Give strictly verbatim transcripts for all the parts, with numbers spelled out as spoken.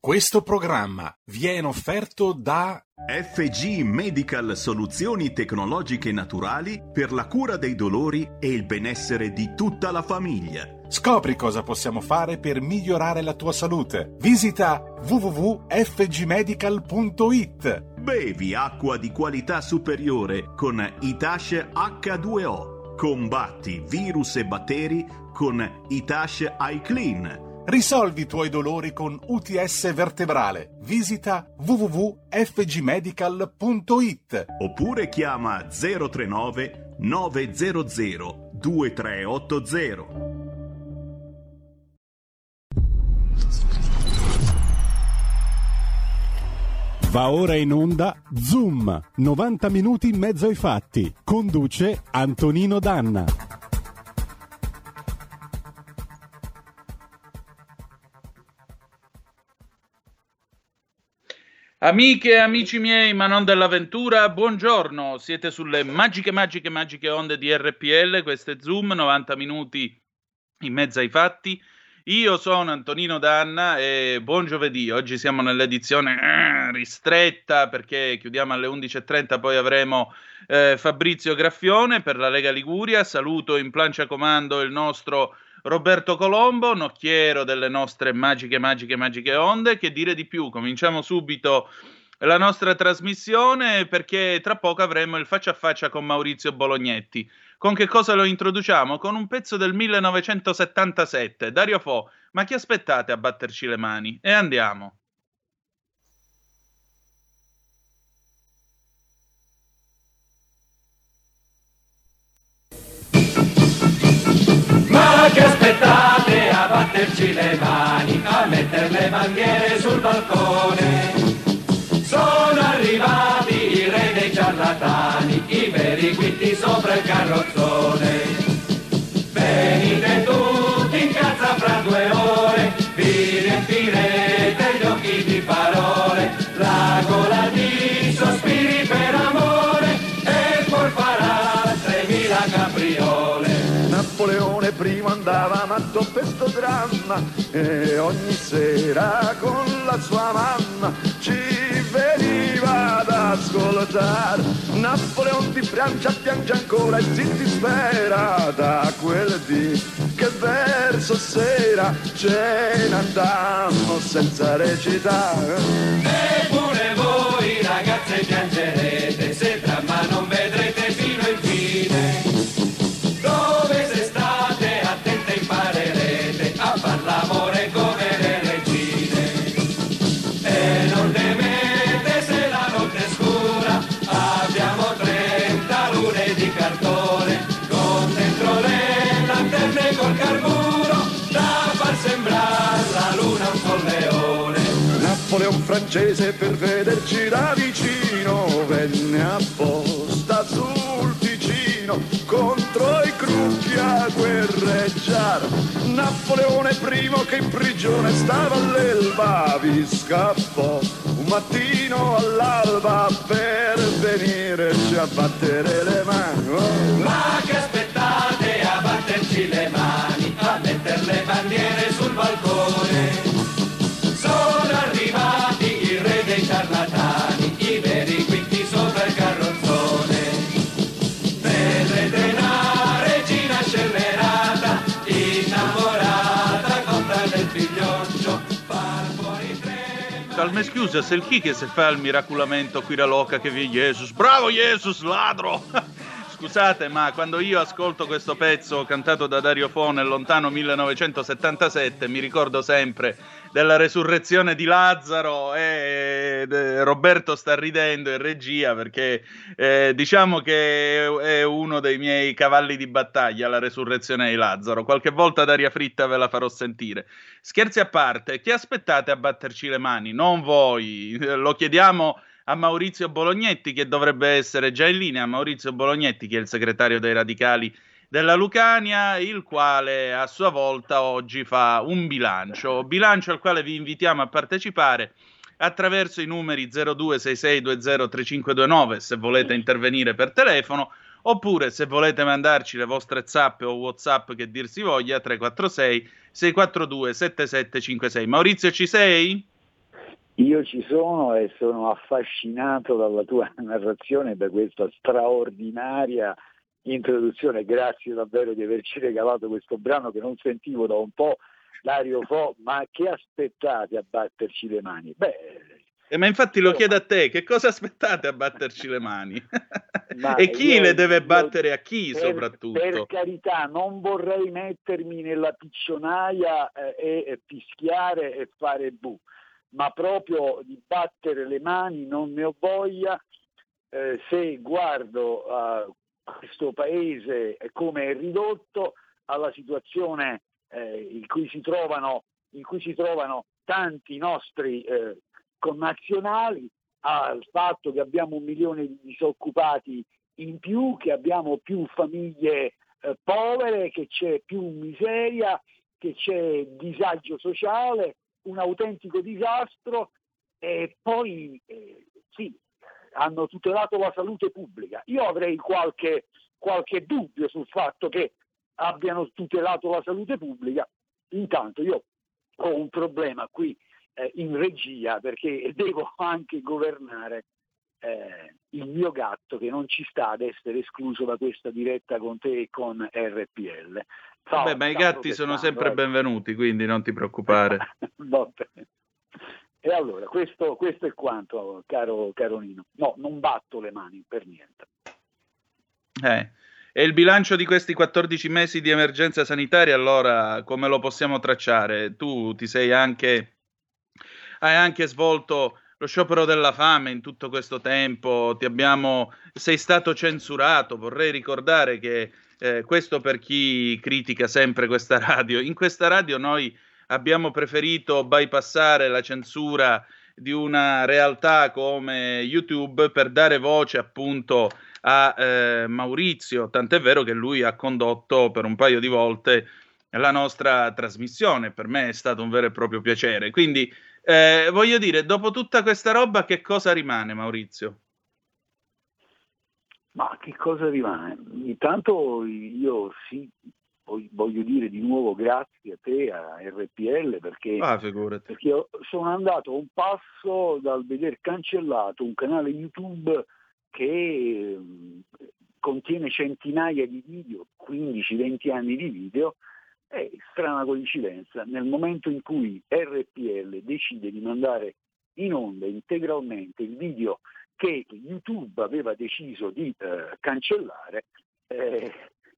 Questo programma viene offerto da F G Medical Soluzioni Tecnologiche Naturali per la cura dei dolori e il benessere di tutta la famiglia. Scopri cosa possiamo fare per migliorare la tua salute. Visita w w w punto f g medical punto i t. Bevi acqua di qualità superiore con Itash acca due o. Combatti virus e batteri con Itash iClean. Risolvi i tuoi dolori con U T S vertebrale. Visita w w w punto f g medical punto i t. Oppure chiama zero tre nove nove zero zero due tre otto zero. Va ora in onda Zoom, novanta minuti in mezzo ai fatti. Conduce Antonino Danna. Amiche e amici miei, ma non dell'avventura, buongiorno. Siete sulle magiche, magiche, magiche onde di R P L. Questo è Zoom, novanta minuti in mezzo ai fatti. Io sono Antonino Danna e buon giovedì. Oggi siamo nell'edizione eh, ristretta perché chiudiamo alle undici e trenta, poi avremo eh, Fabrizio Graffione per la Lega Liguria. Saluto in plancia comando il nostro Roberto Colombo, nocchiero delle nostre magiche, magiche, magiche onde. Che dire di più? Cominciamo subito la nostra trasmissione perché tra poco avremo il faccia a faccia con Maurizio Bolognetti. Con che cosa lo introduciamo? Con un pezzo del millenovecentosettantasette, Dario Fo. Ma chi aspettate a batterci le mani? E andiamo. Ma che aspettate a batterci le mani, a mettere le bandiere sul balcone? Sono arrivati i re dei ciarlatani, i veri guitti sopra il carrozzone. Venite tutti in casa fra due ore, vi riempirete gli occhi di parole, la gola di sospiri per amore e poi farà tremila capriole. Napoleone primo andava matto per sto dramma e ogni sera con la sua mamma ci veniva ad ascoltare. Napoleone di Francia piange ancora e si dispera da quel dì che verso sera ce ne andammo senza recitare. E pure voi ragazze piangerete se il dramma non vedrete fino in fine. Dove se state attente imparerete a far l'amore come le regine. E non temete se la notte è scura, abbiamo trenta lune di cartone, con dentro le lanterne col carburo, da far sembrare la luna un solleone. Napoleon francese per vederci da vicino venne apposta sul Ticino contro i crucchi a guerreggiare. Napoleone primo che in prigione stava all'Elba vi scappò un mattino all'alba per venirci a battere le mani. Oh. Ma che aspettate a batterci le mani, a mettere le bandiere sul balcone? Sono arrivati i re dei ciarlatani, i veri guitti sopra il carrozzone. Vedrete una regina scellerata, innamorata, conta del figlioccio, far fuori tre... Calme scusa, se il chi che se fa il miraculamento qui la loca che vi è Jesus. Bravo Jesus, ladro! Scusate, ma quando io ascolto questo pezzo cantato da Dario Fo nel lontano millenovecentosettantasette mi ricordo sempre della resurrezione di Lazzaro e Roberto sta ridendo in regia perché eh, diciamo che è uno dei miei cavalli di battaglia, la resurrezione di Lazzaro. Qualche volta d'aria fritta ve la farò sentire. Scherzi a parte, chi aspettate a batterci le mani? Non voi, lo chiediamo a Maurizio Bolognetti che dovrebbe essere già in linea. Maurizio Bolognetti che è il segretario dei Radicali della Lucania, il quale a sua volta oggi fa un bilancio, bilancio al quale vi invitiamo a partecipare attraverso i numeri zero due sei sei due zero tre cinque due nove se volete intervenire per telefono, oppure se volete mandarci le vostre zappe o WhatsApp che dir si voglia tre quattro sei sei quattro due sette sette cinque sei. Maurizio, ci sei? Io ci sono e sono affascinato dalla tua narrazione, da questa straordinaria introduzione. Grazie davvero di averci regalato questo brano che non sentivo da un po', Dario Fo. Ma che aspettate a batterci le mani? Beh, Eh, ma infatti lo chiedo a te, che cosa aspettate a batterci le mani? Ma E chi io- le deve io- battere a chi, per, soprattutto? per carità, non vorrei mettermi nella piccionaia eh, e, e fischiare e fare bu, ma proprio di battere le mani non ne ho voglia. Eh, se guardo a questo paese e come è ridotto, alla situazione eh, in cui si trovano in cui si trovano tanti nostri eh, connazionali, al fatto che abbiamo un milione di disoccupati in più, che abbiamo più famiglie eh, povere, che c'è più miseria, che c'è disagio sociale, un autentico disastro. E poi eh, sì, hanno tutelato la salute pubblica. Io avrei qualche, qualche dubbio sul fatto che abbiano tutelato la salute pubblica. Intanto io ho un problema qui eh, in regia, perché devo anche governare eh, il mio gatto, che non ci sta ad essere escluso da questa diretta con te e con R P L. Ciao, Vabbè, ma i sta gatti sono protestando, sempre eh. benvenuti, quindi non ti preoccupare. Va bene. E allora, questo, questo è quanto, caro, caro Nino. No, non batto le mani per niente. Eh. E il bilancio di questi quattordici mesi di emergenza sanitaria, allora, come lo possiamo tracciare? Tu ti sei anche, hai anche svolto lo sciopero della fame in tutto questo tempo, ti abbiamo, sei stato censurato. Vorrei ricordare che eh, questo per chi critica sempre questa radio. In questa radio noi abbiamo preferito bypassare la censura di una realtà come YouTube per dare voce appunto a eh, Maurizio, tant'è vero che lui ha condotto per un paio di volte la nostra trasmissione. Per me è stato un vero e proprio piacere. Quindi eh, voglio dire, dopo tutta questa roba, che cosa rimane, Maurizio? Ma che cosa rimane? Intanto io sì, voglio dire di nuovo grazie a te, a R P L, perché, Ah, figurati. perché io sono andato a un passo dal veder cancellato un canale YouTube che eh, contiene centinaia di video, quindici venti anni di video. È strana coincidenza, nel momento in cui R P L decide di mandare in onda integralmente il video che YouTube aveva deciso di eh, cancellare, eh,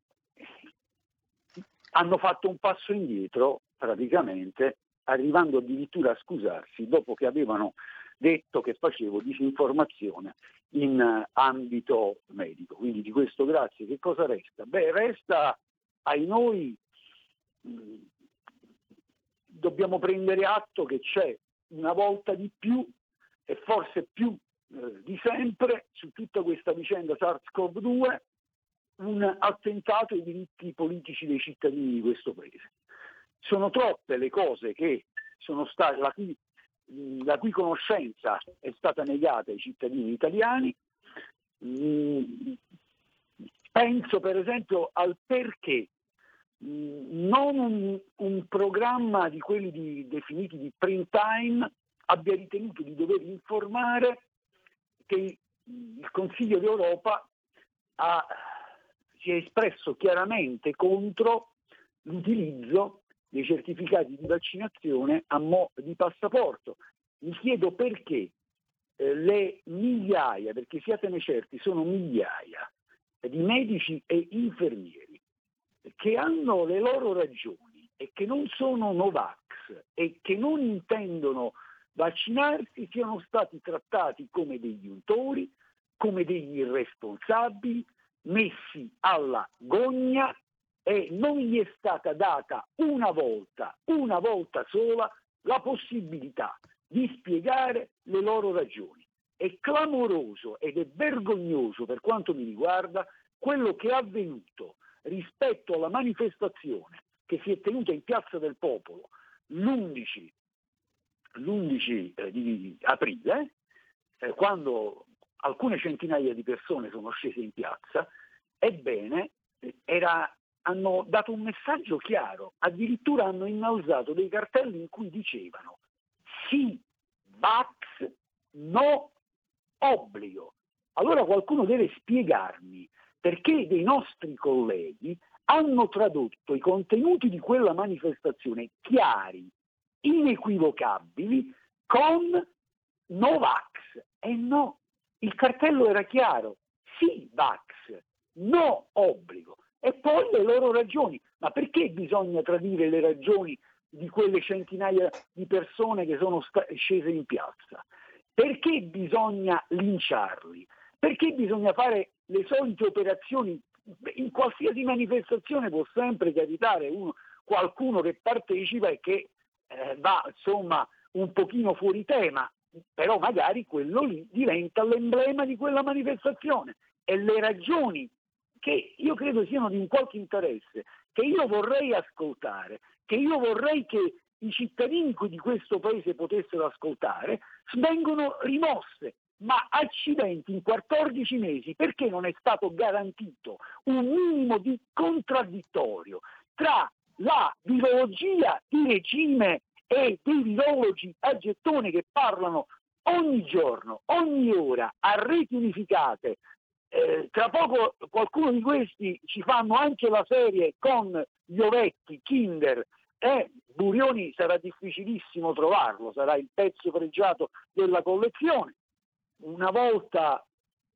hanno fatto un passo indietro praticamente, arrivando addirittura a scusarsi dopo che avevano detto che facevo disinformazione in uh, ambito medico. Quindi di questo grazie. Che cosa resta? Beh, resta ai noi, mh, dobbiamo prendere atto che c'è una volta di più, e forse più eh, di sempre, su tutta questa vicenda SARS-CoV due, un attentato ai diritti politici dei cittadini di questo paese. Sono troppe le cose che sono state, la cui, la cui conoscenza è stata negata ai cittadini italiani. Penso per esempio al perché non un, un programma di quelli di, definiti di prime time abbia ritenuto di dover informare che il Consiglio d'Europa ha, si è espresso chiaramente contro l'utilizzo dei certificati di vaccinazione a mo' di passaporto. Mi chiedo perché eh, le migliaia, perché siatene certi, sono migliaia di medici e infermieri che hanno le loro ragioni e che non sono Novax e che non intendono vaccinarsi, siano stati trattati come degli untori, come degli irresponsabili, messi alla gogna, e non gli è stata data una volta, una volta sola, la possibilità di spiegare le loro ragioni. È clamoroso ed è vergognoso, per quanto mi riguarda, quello che è avvenuto rispetto alla manifestazione che si è tenuta in Piazza del Popolo l'undici, l'undici eh, di aprile, eh, quando alcune centinaia di persone sono scese in piazza. Ebbene, era, hanno dato un messaggio chiaro, addirittura hanno innalzato dei cartelli in cui dicevano: sì, Vax, no obbligo. Allora qualcuno deve spiegarmi perché dei nostri colleghi hanno tradotto i contenuti di quella manifestazione chiari, inequivocabili, con no vax. E no, il cartello era chiaro, sì vax, no obbligo. E poi le loro ragioni. Ma perché bisogna tradire le ragioni di quelle centinaia di persone che sono sta- scese in piazza? Perché bisogna linciarli? Perché bisogna fare le solite operazioni? In qualsiasi manifestazione può sempre capitare uno, qualcuno che partecipa e che eh, va insomma un pochino fuori tema, però magari quello lì diventa l'emblema di quella manifestazione, e le ragioni che io credo siano di un qualche interesse, che io vorrei ascoltare, che io vorrei che i cittadini di questo paese potessero ascoltare, vengono rimosse. Ma accidenti, in quattordici mesi perché non è stato garantito un minimo di contraddittorio tra la virologia di regime e dei virologi a gettone che parlano ogni giorno, ogni ora, a reti unificate? Eh, tra poco qualcuno di questi ci fanno anche la serie con Iovetti, Kinder, e Burioni sarà difficilissimo trovarlo, sarà il pezzo pregiato della collezione. Una volta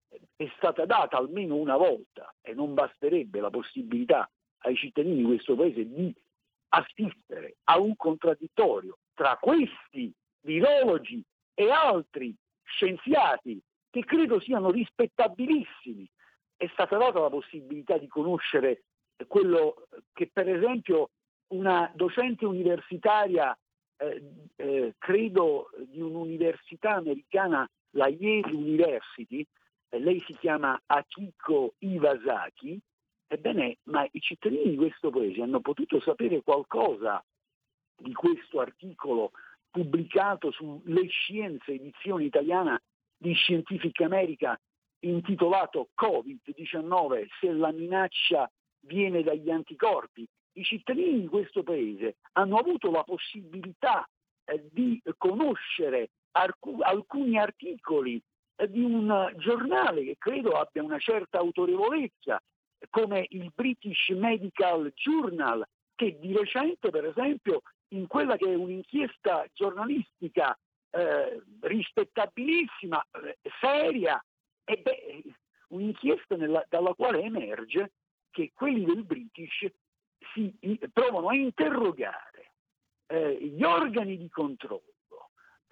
è stata data, almeno una volta, e non basterebbe la possibilità ai cittadini di questo paese di assistere a un contraddittorio tra questi virologi e altri scienziati che credo siano rispettabilissimi. È stata data la possibilità di conoscere quello che per esempio una docente universitaria, eh, eh, credo di un'università americana, la Yale University, eh, lei si chiama Akiko Iwasaki, ebbene, ma i cittadini di questo paese hanno potuto sapere qualcosa di questo articolo pubblicato su Le Scienze, edizione italiana di Scientific America, intitolato covid diciannove, se la minaccia viene dagli anticorpi. I cittadini di questo paese hanno avuto la possibilità eh, di conoscere arc- alcuni articoli eh, di un giornale che credo abbia una certa autorevolezza, come il British Medical Journal, che di recente, per esempio, in quella che è un'inchiesta giornalistica eh, rispettabilissima, eh, seria, e beh, un'inchiesta nella, dalla quale emerge che quelli del British si provano a interrogare eh, gli organi di controllo,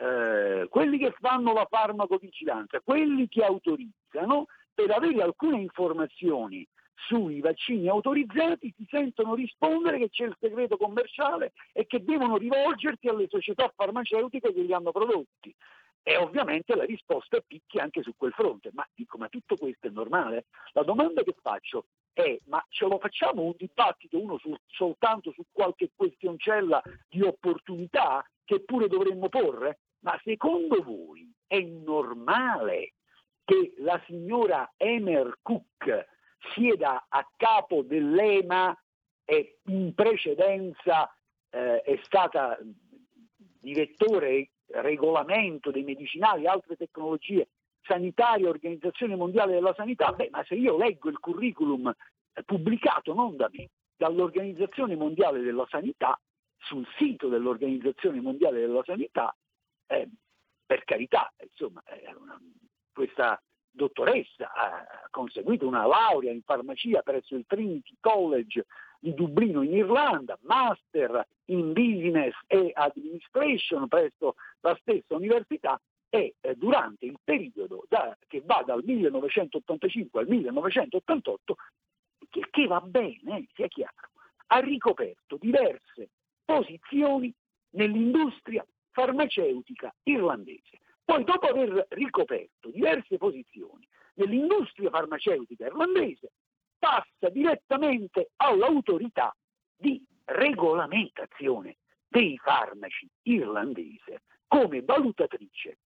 eh, quelli che fanno la farmacovigilanza, quelli che autorizzano, per avere alcune informazioni sui vaccini autorizzati, si sentono rispondere che c'è il segreto commerciale e che devono rivolgersi alle società farmaceutiche che li hanno prodotti. E ovviamente la risposta è picchia anche su quel fronte. Ma dico, ma tutto questo è normale? La domanda che faccio è, ma ce lo facciamo un dibattito, uno su, soltanto su qualche questioncella di opportunità che pure dovremmo porre? Ma secondo voi è normale che la signora Emer Cook sieda a capo dell'E M A e in precedenza eh, è stata direttore regolamento dei medicinali e altre tecnologie sanitarie, Organizzazione Mondiale della Sanità? Beh, ma se io leggo il curriculum pubblicato non da me, dall'Organizzazione Mondiale della Sanità, sul sito dell'Organizzazione Mondiale della Sanità, eh, per carità, insomma, eh, una, questa dottoressa ha conseguito una laurea in farmacia presso il Trinity College di Dublino in Irlanda, master in business e administration presso la stessa università, e eh, durante il periodo da, che va dal millenovecentottantacinque al millenovecentottantotto, che, che va bene, eh, sia chiaro, ha ricoperto diverse posizioni nell'industria farmaceutica irlandese. Poi, dopo aver ricoperto diverse posizioni nell'industria farmaceutica irlandese, passa direttamente all'autorità di regolamentazione dei farmaci irlandese come valutatrice,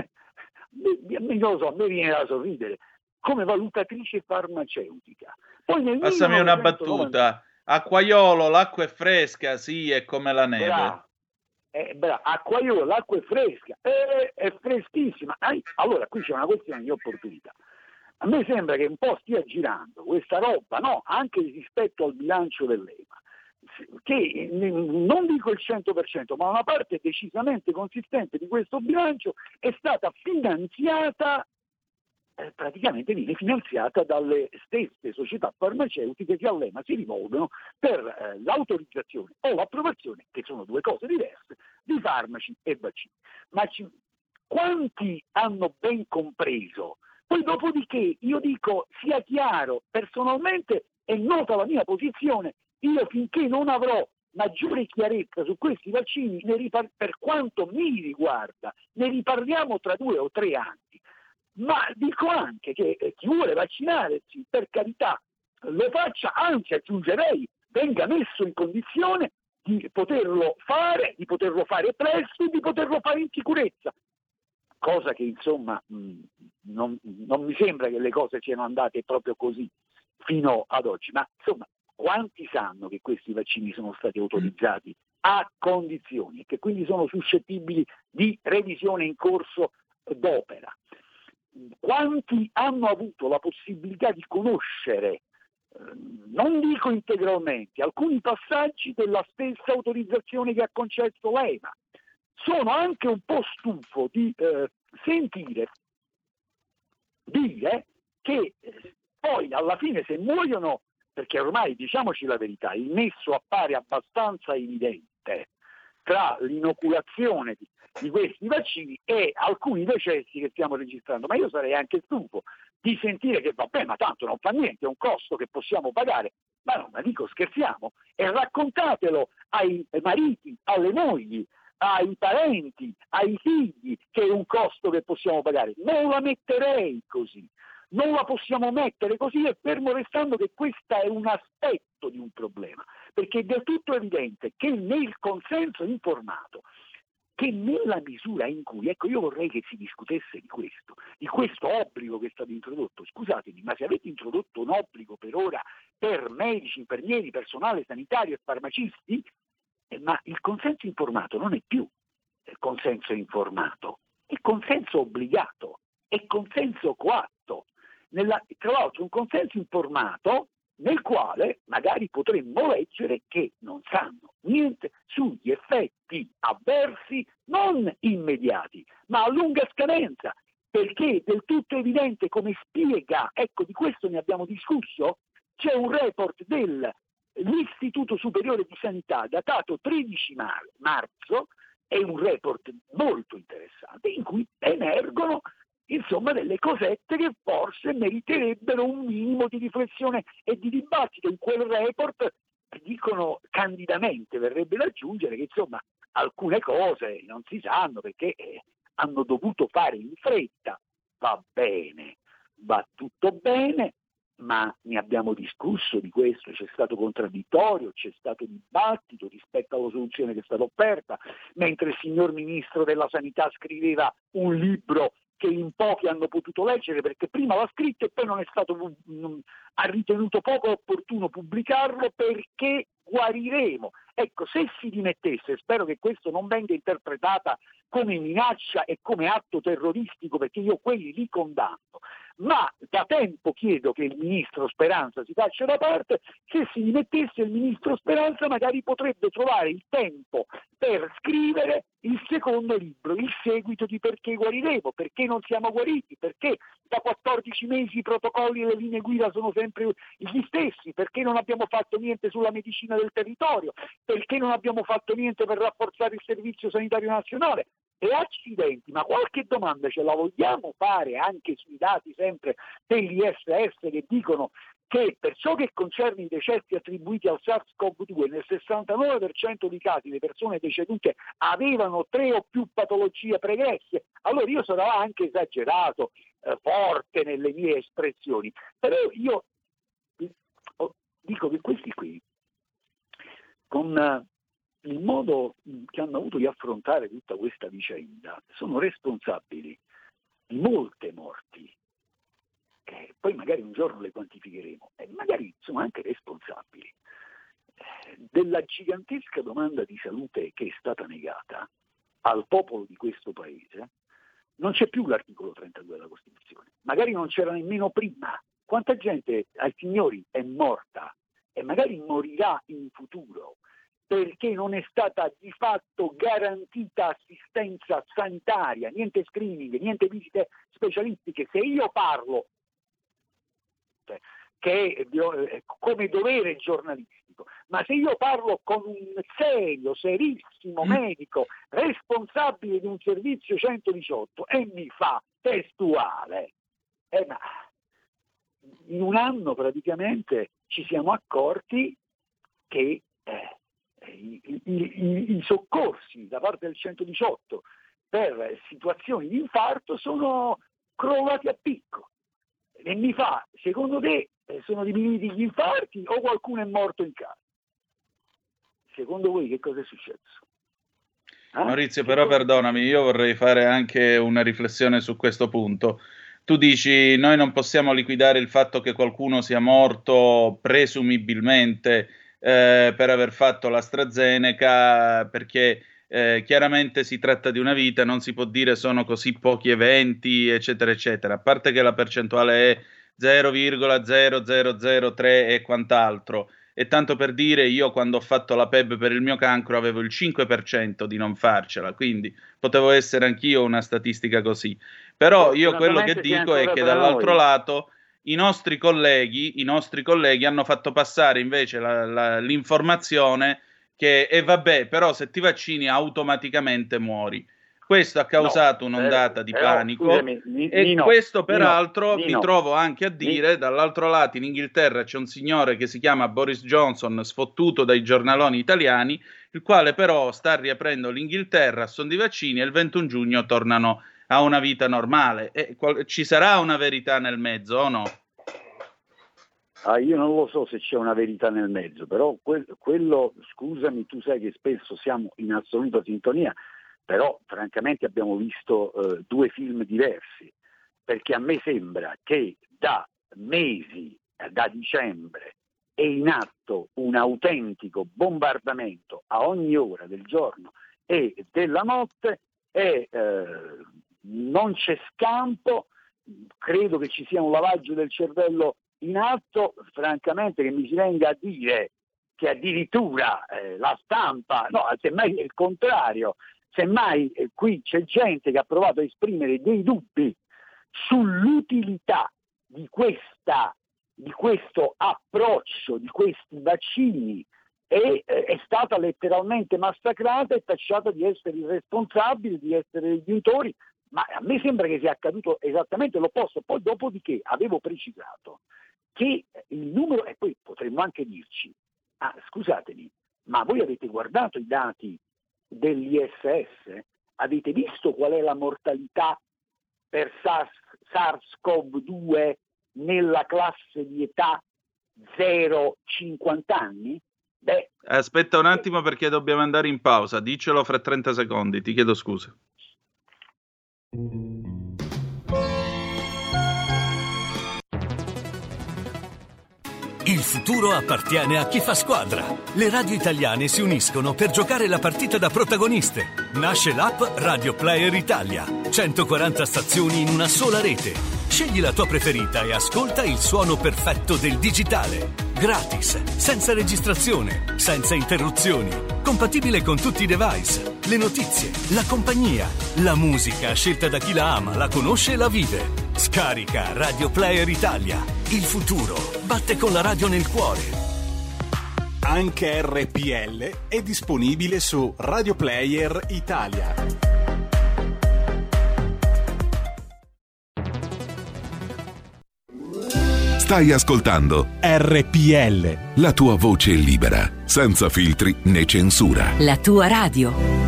non lo so, a me viene da sorridere, come valutatrice farmaceutica. Poi nel Passami una battuta. Acquaiolo, l'acqua è fresca, sì, è come la neve. Bravo, Eh, bra- acqua io, l'acqua è fresca, eh, è freschissima. Ah, allora qui c'è una questione di opportunità. A me sembra che un po' stia girando questa roba, no? Anche rispetto al bilancio dell'E M A, che non dico il cento per cento, ma una parte decisamente consistente di questo bilancio è stata finanziata, eh, praticamente viene finanziata dalle stesse società farmaceutiche che all'E M A si rivolgono per eh, l'autorizzazione o l'approvazione, che sono due cose diverse, di farmaci e vaccini. Ma ci, quanti hanno ben compreso? Poi dopodiché io dico, sia chiaro, personalmente è nota la mia posizione, io finché non avrò maggiore chiarezza su questi vaccini, ne ripar- per quanto mi riguarda, ne riparliamo tra due o tre anni. Ma dico anche che eh, chi vuole vaccinarsi, per carità, lo faccia, anzi aggiungerei, venga messo in condizione di poterlo fare, di poterlo fare presto, di poterlo fare in sicurezza. Cosa che insomma mh, non, non mi sembra che le cose siano andate proprio così fino ad oggi, ma insomma quanti sanno che questi vaccini sono stati autorizzati a condizioni e che quindi sono suscettibili di revisione in corso d'opera? Quanti hanno avuto la possibilità di conoscere, eh, non dico integralmente, alcuni passaggi della stessa autorizzazione che ha concesso l'E M A? Sono anche un po' stufo di eh, sentire dire che eh, poi alla fine se muoiono, perché ormai diciamoci la verità, il nesso appare abbastanza evidente tra l'inoculazione di, di questi vaccini e alcuni decessi che stiamo registrando, ma io sarei anche stufo di sentire che vabbè, ma tanto non fa niente, è un costo che possiamo pagare. Ma no, ma dico, scherziamo? E raccontatelo ai mariti, alle mogli, ai parenti, ai figli, che è un costo che possiamo pagare. Non la metterei così, non la possiamo mettere così, e fermo restando che questo è un aspetto di un problema, perché è del tutto evidente che nel consenso informato, che nella misura in cui, ecco, io vorrei che si discutesse di questo, di questo obbligo che è stato introdotto. Scusatemi, ma se avete introdotto un obbligo per ora per medici, infermieri, personale sanitario e farmacisti, eh, ma il consenso informato non è più eh, consenso informato, è consenso obbligato, è consenso coatto. Nella, tra l'altro un consenso informato nel quale magari potremmo leggere che non sanno niente sugli effetti avversi non immediati, ma a lunga scadenza, perché è del tutto evidente, come spiega, ecco, di questo ne abbiamo discusso, c'è un report dell'Istituto Superiore di Sanità datato tredici marzo, è un report molto interessante in cui emergono insomma delle cosette che forse meriterebbero un minimo di riflessione e di dibattito. In quel report dicono candidamente, verrebbe da aggiungere, che insomma alcune cose non si sanno perché eh, hanno dovuto fare in fretta. Va bene, va tutto bene, ma ne abbiamo discusso di questo, c'è stato contraddittorio, c'è stato dibattito rispetto alla soluzione che è stata offerta, mentre il signor Ministro della Sanità scriveva un libro che in pochi hanno potuto leggere perché prima l'ha scritto e poi non è stato, non, ha ritenuto poco opportuno pubblicarlo perché guariremo. Ecco, se si dimettesse, spero che questo non venga interpretata come minaccia e come atto terroristico, perché io quelli li condanno, ma da tempo chiedo che il ministro Speranza si faccia da parte. Se si dimettesse il ministro Speranza magari potrebbe trovare il tempo per scrivere il secondo libro, il seguito di Perché guariremo, perché non siamo guariti, perché da quattordici mesi i protocolli e le linee guida sono sempre gli stessi, perché non abbiamo fatto niente sulla medicina del territorio, perché non abbiamo fatto niente per rafforzare il servizio sanitario nazionale. E accidenti, ma qualche domanda ce la vogliamo fare anche sui dati sempre degli S S che dicono che per ciò che concerne i decessi attribuiti al SARS-CoV due, nel sessantanove per cento dei casi le persone decedute avevano tre o più patologie pregresse. Allora io sarò anche esagerato, eh, forte nelle mie espressioni, però io dico che questi qui, con uh, il modo che hanno avuto di affrontare tutta questa vicenda, sono responsabili di molte morti, che poi magari un giorno le quantificheremo, e magari sono anche responsabili della gigantesca domanda di salute che è stata negata al popolo di questo paese, non c'è più l'articolo trentadue della Costituzione, magari non c'era nemmeno prima. Quanta gente ai signori è morta e magari morirà in futuro perché non è stata di fatto garantita assistenza sanitaria, niente screening, niente visite specialistiche. Se io parlo, cioè, che è come dovere giornalistico, ma se io parlo con un serio, serissimo medico responsabile di un servizio centodiciotto e mi fa testuale, eh, ma in un anno praticamente ci siamo accorti che eh, i, i, i, i soccorsi da parte del centodiciotto per situazioni di infarto sono crollati a picco. E mi fa, secondo te sono diminuiti gli infarti o qualcuno è morto in casa? Secondo voi che cosa è successo? Eh? Maurizio, però perdonami, io vorrei fare anche una riflessione su questo punto. Tu dici, noi non possiamo liquidare il fatto che qualcuno sia morto presumibilmente eh, per aver fatto l'AstraZeneca, perché eh, chiaramente si tratta di una vita, non si può dire sono così pochi eventi, eccetera, eccetera. A parte che la percentuale è zero virgola zero zero zero tre e quant'altro. E tanto per dire, io quando ho fatto la P E B per il mio cancro avevo il cinque per cento di non farcela, quindi potevo essere anch'io una statistica così. Però io quello che dico è che dall'altro noi. lato i nostri colleghi, i nostri colleghi hanno fatto passare invece la, la, l'informazione che, e eh, vabbè, però se ti vaccini automaticamente muori. Questo ha causato no, un'ondata eh, di però, panico scusami, ni, e Nino, questo peraltro Nino, mi Nino. trovo anche a dire, Nino. dall'altro lato in Inghilterra c'è un signore che si chiama Boris Johnson, sfottuto dai giornaloni italiani, il quale però sta riaprendo l'Inghilterra a son di vaccini e il ventuno giugno tornano a una vita normale. E qual- ci sarà una verità nel mezzo o no? Ah, io non lo so se c'è una verità nel mezzo, però que- quello, scusami, tu sai che spesso siamo in assoluta sintonia, però francamente abbiamo visto eh, due film diversi, perché a me sembra che da mesi, eh, da dicembre, è in atto un autentico bombardamento a ogni ora del giorno e della notte e eh, non c'è scampo. Credo che ci sia un lavaggio del cervello in atto, francamente che mi si venga a dire che addirittura eh, la stampa, no, semmai è il contrario, semmai eh, qui c'è gente che ha provato a esprimere dei dubbi sull'utilità di questa, di questo approccio, di questi vaccini e eh, è stata letteralmente massacrata e tacciata di essere irresponsabile, di essere gli autori, ma a me sembra che sia accaduto esattamente l'opposto. Poi dopodiché avevo precisato che il numero, e poi potremmo anche dirci, ah, scusatemi, ma voi avete guardato i dati dell'I S S? Avete visto qual è la mortalità per SARS-CoV due nella classe di età zero cinquanta anni? Beh, aspetta un attimo perché dobbiamo andare in pausa, dicelo fra trenta secondi, ti chiedo scusa. Il futuro appartiene a chi fa squadra. Le radio italiane si uniscono per giocare la partita da protagoniste. Nasce l'app Radio Player Italia. centoquaranta stazioni in una sola rete. Scegli la tua preferita e ascolta il suono perfetto del digitale. Gratis, senza registrazione, senza interruzioni. Compatibile con tutti i device. Le notizie, la compagnia, la musica scelta da chi la ama, la conosce e la vive. Scarica Radio Player Italia. Il futuro batte con la radio nel cuore. Anche R P L è disponibile su Radio Player Italia. Stai ascoltando R P L, la tua voce libera, senza filtri né censura. La tua radio.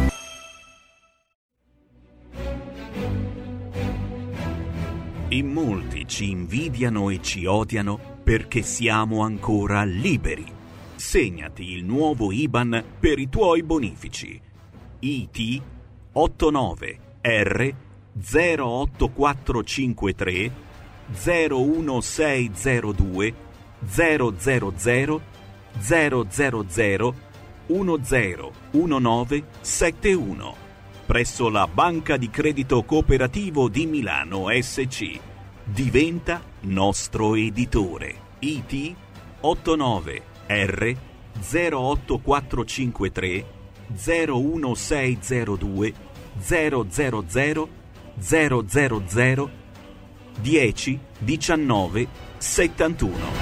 In molti ci invidiano e ci odiano perché siamo ancora liberi. Segnati il nuovo I B A N per i tuoi bonifici. I T ottantanove R zero otto quattro cinque tre zero uno sei zero due zero zero zero zero zero zero uno zero uno nove sette uno presso la Banca di Credito Cooperativo di Milano S C. Diventa nostro editore. I T ottantanove R zero otto quattro cinque tre zero uno sei zero due zero zero zero zero zero zero dieci diciannove settantuno.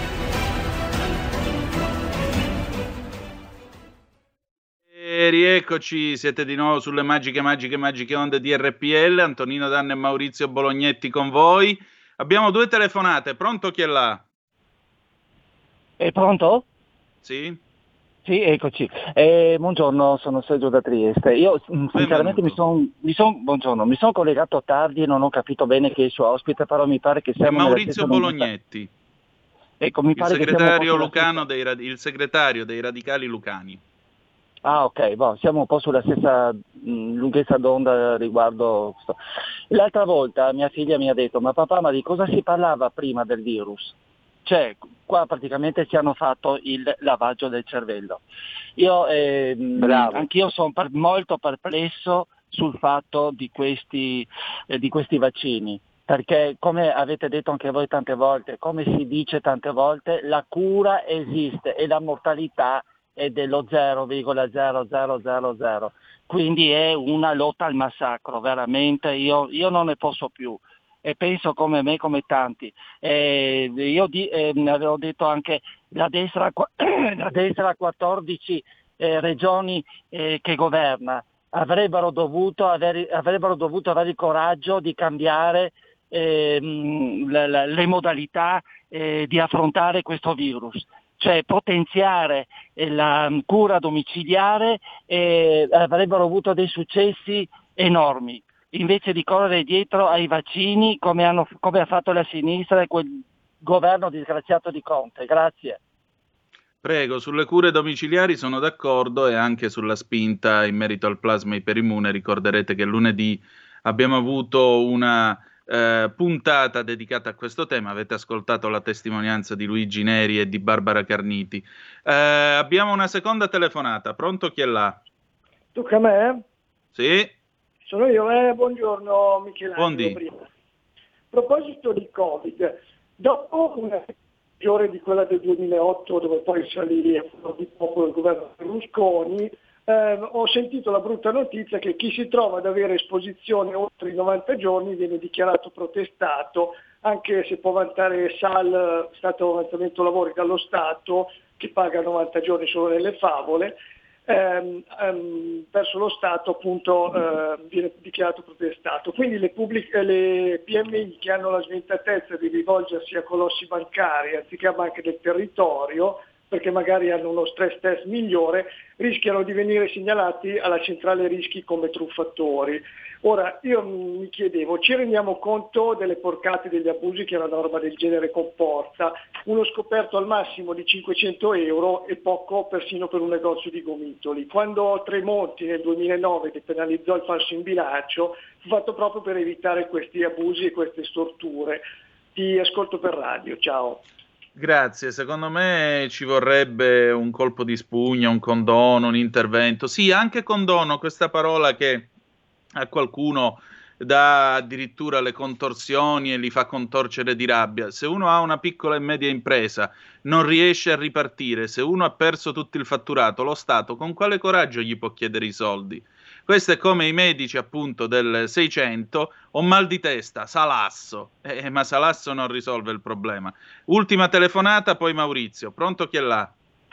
E rieccoci, siete di nuovo sulle magiche, magiche, magiche onde di R P L. Antonino Danna e Maurizio Bolognetti con voi. Abbiamo due telefonate. Pronto, chi è là? È pronto? Sì? Sì, eccoci. Eh, buongiorno, sono Sergio da Trieste. Io sinceramente mi sono mi son, buongiorno, mi sono collegato tardi e non ho capito bene chi è il suo ospite, però mi pare che È siamo Maurizio Bolognetti. Ecco, mi il pare segretario che lucano dei, il segretario dei radicali lucani. Ah, ok, boh, siamo un po' sulla stessa mh, lunghezza d'onda riguardo questo. L'altra volta mia figlia mi ha detto: ma papà, ma di cosa si parlava prima del virus? Cioè, qua praticamente ci hanno fatto il lavaggio del cervello. Io, eh, anch'io sono per, molto perplesso sul fatto di questi, eh, di questi vaccini, perché come avete detto anche voi tante volte, come si dice tante volte, la cura esiste e la mortalità è dello zero virgola zero zero zero zero, quindi è una lotta al massacro, veramente, io, io non ne posso più. E penso come me, come tanti. Eh, io di, eh, avevo detto anche la destra, la destra quattordici eh, regioni eh, che governa avrebbero dovuto avere, avrebbero dovuto avere il coraggio di cambiare eh, le, le, le modalità eh, di affrontare questo virus. Cioè potenziare eh, la cura domiciliare e avrebbero avuto dei successi enormi, invece di correre dietro ai vaccini come, hanno, come ha fatto la sinistra e quel governo disgraziato di Conte. Grazie. Prego, sulle cure domiciliari sono d'accordo e anche sulla spinta in merito al plasma iperimmune. Ricorderete che lunedì abbiamo avuto una eh, puntata dedicata a questo tema, avete ascoltato la testimonianza di Luigi Neri e di Barbara Carniti. Eh, abbiamo una seconda telefonata, pronto, chi è là? Tocca a me? Sì. Sono io, eh, buongiorno Michelangelo. Buondì. A proposito di Covid, dopo una peggiore di quella del duemilaotto, dove poi salì di poco il governo Berlusconi, eh, ho sentito la brutta notizia che chi si trova ad avere esposizione oltre i novanta giorni viene dichiarato protestato, anche se può vantare S A L, Stato Avanzamento Lavori, dallo Stato, che paga novanta giorni solo nelle favole. Ehm, ehm, verso lo Stato appunto eh, viene dichiarato protestato. Quindi le, pubbliche, le P M I che hanno la sventatezza di rivolgersi a colossi bancari anziché a banche del territorio, perché magari hanno uno stress test migliore, rischiano di venire segnalati alla centrale rischi come truffatori. Ora, io mi chiedevo, ci rendiamo conto delle porcate, degli abusi che una norma del genere comporta? Uno scoperto al massimo di cinquecento euro e poco persino per un negozio di gomitoli. Quando Tremonti nel duemilanove depenalizzò il falso in bilancio, fu fatto proprio per evitare questi abusi e queste storture. Ti ascolto per radio, ciao. Grazie, secondo me ci vorrebbe un colpo di spugna, un condono, un intervento. Sì, anche condono, questa parola che a qualcuno dà addirittura le contorsioni e li fa contorcere di rabbia. Se uno ha una piccola e media impresa, non riesce a ripartire, se uno ha perso tutto il fatturato, lo Stato con quale coraggio gli può chiedere i soldi? Questo è come i medici appunto del Seicento, ho mal di testa, Salasso, eh, ma Salasso non risolve il problema. Ultima telefonata, poi Maurizio. Pronto, chi è là?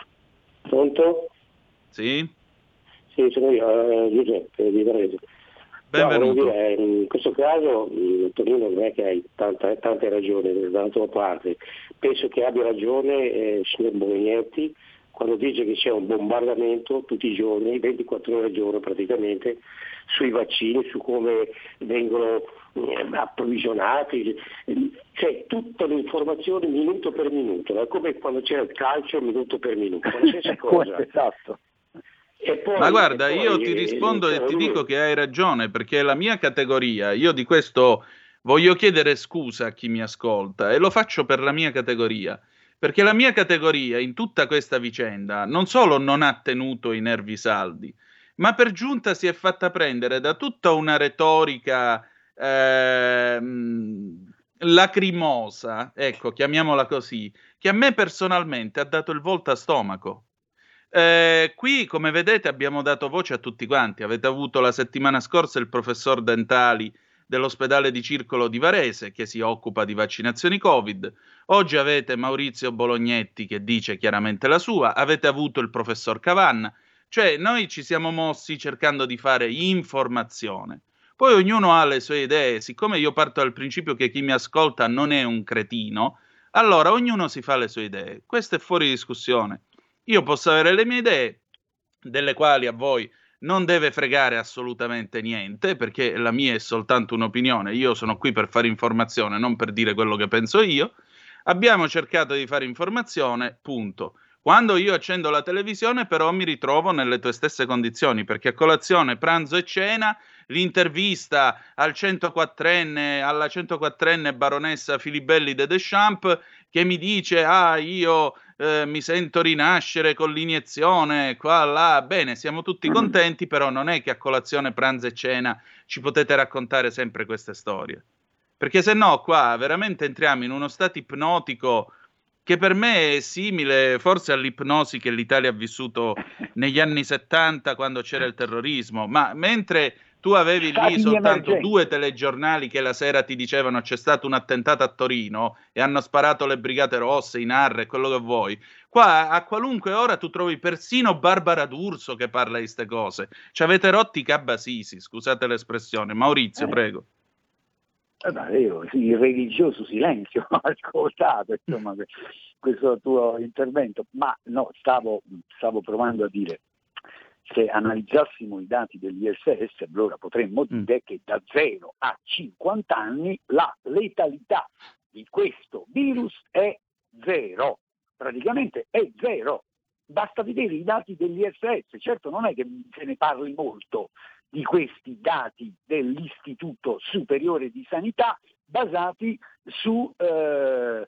Pronto? Sì? Sì, sono io, eh, Giuseppe di Varese. Benvenuto. No, dire, in questo caso Antonino non è che hai tanta, tante ragioni dalla tua parte, penso che abbia ragione eh, il signor Bolognetti quando dice che c'è un bombardamento tutti i giorni, ventiquattro ore al giorno praticamente, sui vaccini, su come vengono eh, approvvigionati, cioè tutte le informazioni minuto per minuto, è come quando c'era il calcio minuto per minuto, la stessa cosa. Esatto. E poi, Ma guarda, e poi, io ti rispondo e, e ti dico che hai ragione, perché la mia categoria, io di questo voglio chiedere scusa a chi mi ascolta e lo faccio per la mia categoria. perché la mia categoria in tutta questa vicenda non solo non ha tenuto i nervi saldi, ma per giunta si è fatta prendere da tutta una retorica ehm, lacrimosa, ecco, chiamiamola così, che a me personalmente ha dato il volto a stomaco. Eh, qui, come vedete, abbiamo dato voce a tutti quanti. Avete avuto la settimana scorsa il professor Dentali dell'ospedale di Circolo di Varese, che si occupa di vaccinazioni Covid. Oggi avete Maurizio Bolognetti che dice chiaramente la sua. Avete avuto il professor Cavanna. Cioè, noi ci siamo mossi cercando di fare informazione. Poi ognuno ha le sue idee. Siccome io parto dal principio che chi mi ascolta non è un cretino, allora ognuno si fa le sue idee. Questo è fuori discussione. Io posso avere le mie idee, delle quali a voi non deve fregare assolutamente niente, perché la mia è soltanto un'opinione. Io sono qui per fare informazione, non per dire quello che penso io. Abbiamo cercato di fare informazione, punto. Quando io accendo la televisione, però, mi ritrovo nelle tue stesse condizioni, perché a colazione, pranzo e cena, l'intervista al centoquattrenne, alla centoquattrenne baronessa Filibelli de Deschamps, che mi dice, ah, io eh, mi sento rinascere con l'iniezione, qua, là, bene, siamo tutti contenti, però non è che a colazione, pranzo e cena ci potete raccontare sempre queste storie. Perché se no, qua veramente entriamo in uno stato ipnotico che per me è simile forse all'ipnosi che l'Italia ha vissuto negli anni settanta quando c'era il terrorismo, ma mentre tu avevi lì soltanto due telegiornali che la sera ti dicevano c'è stato un attentato a Torino e hanno sparato le Brigate Rosse, i N A R e quello che vuoi, qua a qualunque ora tu trovi persino Barbara D'Urso che parla di ste cose. Ci avete rotti i cabasisi, scusate l'espressione. Maurizio, eh. prego. Eh beh, io sì, il religioso silenzio ho ascoltato insomma, questo tuo intervento, ma no, stavo, stavo provando a dire, se analizzassimo i dati dell'I S S, allora potremmo dire mm. che da zero a cinquanta anni la letalità di questo virus è zero, praticamente è zero. Basta vedere i dati dell'I S S, certo non è che se ne parli molto di questi dati dell'Istituto Superiore di Sanità basati su, eh,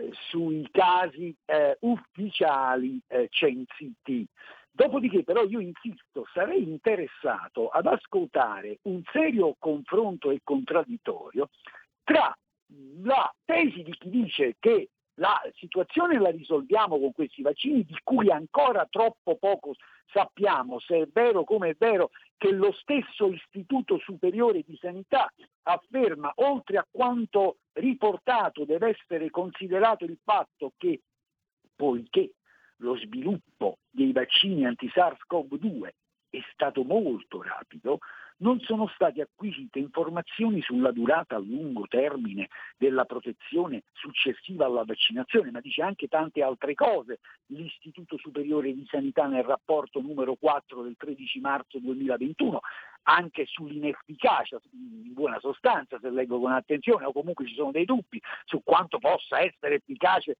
sui casi eh, ufficiali eh, censiti. Dopodiché però io insisto, sarei interessato ad ascoltare un serio confronto e contraddittorio tra la tesi di chi dice che la situazione la risolviamo con questi vaccini, di cui ancora troppo poco sappiamo, se è vero come è vero che lo stesso Istituto Superiore di Sanità afferma, oltre a quanto riportato deve essere considerato il fatto che, poiché lo sviluppo dei vaccini anti-SARS-CoV due è stato molto rapido, non sono state acquisite informazioni sulla durata a lungo termine della protezione successiva alla vaccinazione, ma dice anche tante altre cose. L'Istituto Superiore di Sanità nel rapporto numero quattro del tredici marzo duemilaventuno, anche sull'inefficacia, in buona sostanza, se leggo con attenzione, o comunque ci sono dei dubbi su quanto possa essere efficace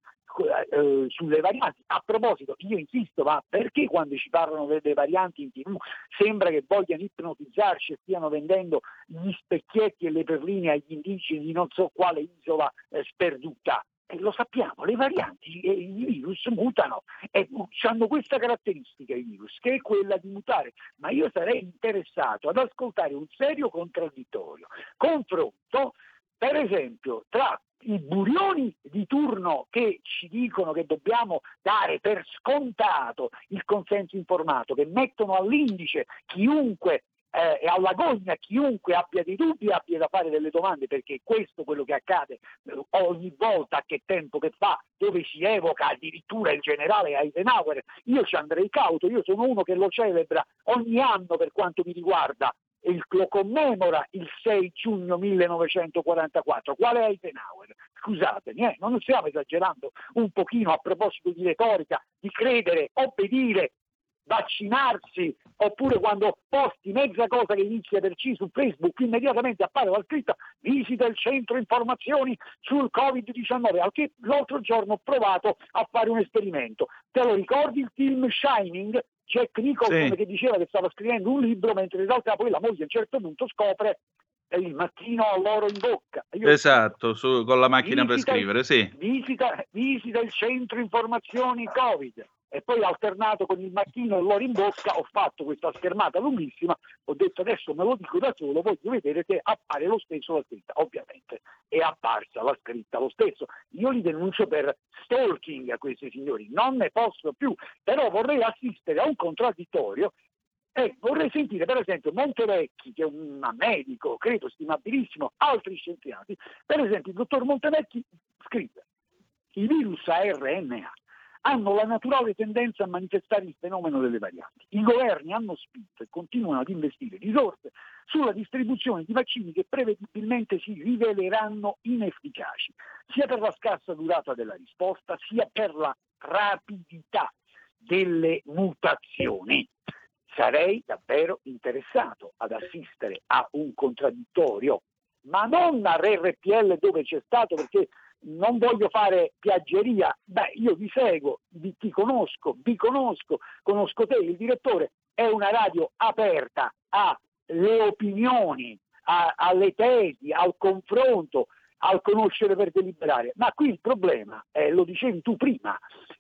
eh, sulle varianti. A proposito, io insisto, ma perché quando ci parlano delle varianti in tivù sembra che vogliano ipnotizzarci e stiano vendendo gli specchietti e le perline agli indigeni di non so quale isola eh, sperduta? E lo sappiamo, le varianti, eh, i virus mutano e hanno questa caratteristica i virus, che è quella di mutare. Ma io sarei interessato ad ascoltare un serio contraddittorio, confronto, per esempio, tra i burioni di turno che ci dicono che dobbiamo dare per scontato il consenso informato, che mettono all'indice chiunque eh, e alla gogna chiunque abbia dei dubbi e abbia da fare delle domande, perché questo è quello che accade eh, ogni volta, che tempo che fa, dove si evoca addirittura il generale Eisenhower. Io ci andrei cauto, io sono uno che lo celebra ogni anno per quanto mi riguarda, e lo commemora il sei giugno millenovecentoquarantaquattro. Quale Eisenhower? Scusatemi, eh, non stiamo esagerando un pochino a proposito di retorica, di credere, obbedire, vaccinarsi, oppure quando posti mezza cosa che inizia per C su Facebook immediatamente appare la scritta visita il centro informazioni sul covid diciannove, al che l'altro giorno ho provato a fare un esperimento. Te lo ricordi il film Shining? Jack Nicholson, sì, che diceva che stava scrivendo un libro, mentre in realtà poi la moglie a un certo punto scopre e il mattino ho l'oro in bocca. Io Esatto, su, con la macchina per visita il- scrivere, sì. Visita, visita il centro informazioni Covid e poi alternato con il mattino e l'oro in bocca ho fatto questa schermata lunghissima, ho detto adesso me lo dico da solo, voglio vedere se appare lo stesso la scritta. Ovviamente è apparsa la scritta lo stesso. Io li denuncio per stalking a questi signori, non ne posso più, però vorrei assistere a un contraddittorio. E vorrei sentire per esempio Montevecchi, che è un medico, credo stimabilissimo, altri scienziati. Per esempio il dottor Montevecchi scrive: i virus a R N A hanno la naturale tendenza a manifestare il fenomeno delle varianti. I governi hanno spinto e continuano ad investire risorse sulla distribuzione di vaccini che prevedibilmente si riveleranno inefficaci, sia per la scarsa durata della risposta, sia per la rapidità delle mutazioni. Sarei davvero interessato ad assistere a un contraddittorio, ma non a R P L dove c'è stato, perché non voglio fare piaggeria. Beh, io vi seguo, vi, ti conosco, vi conosco, conosco te, il direttore, è una radio aperta alle opinioni, a, alle tesi, al confronto, al conoscere per deliberare. Ma qui il problema, eh, lo dicevi tu prima,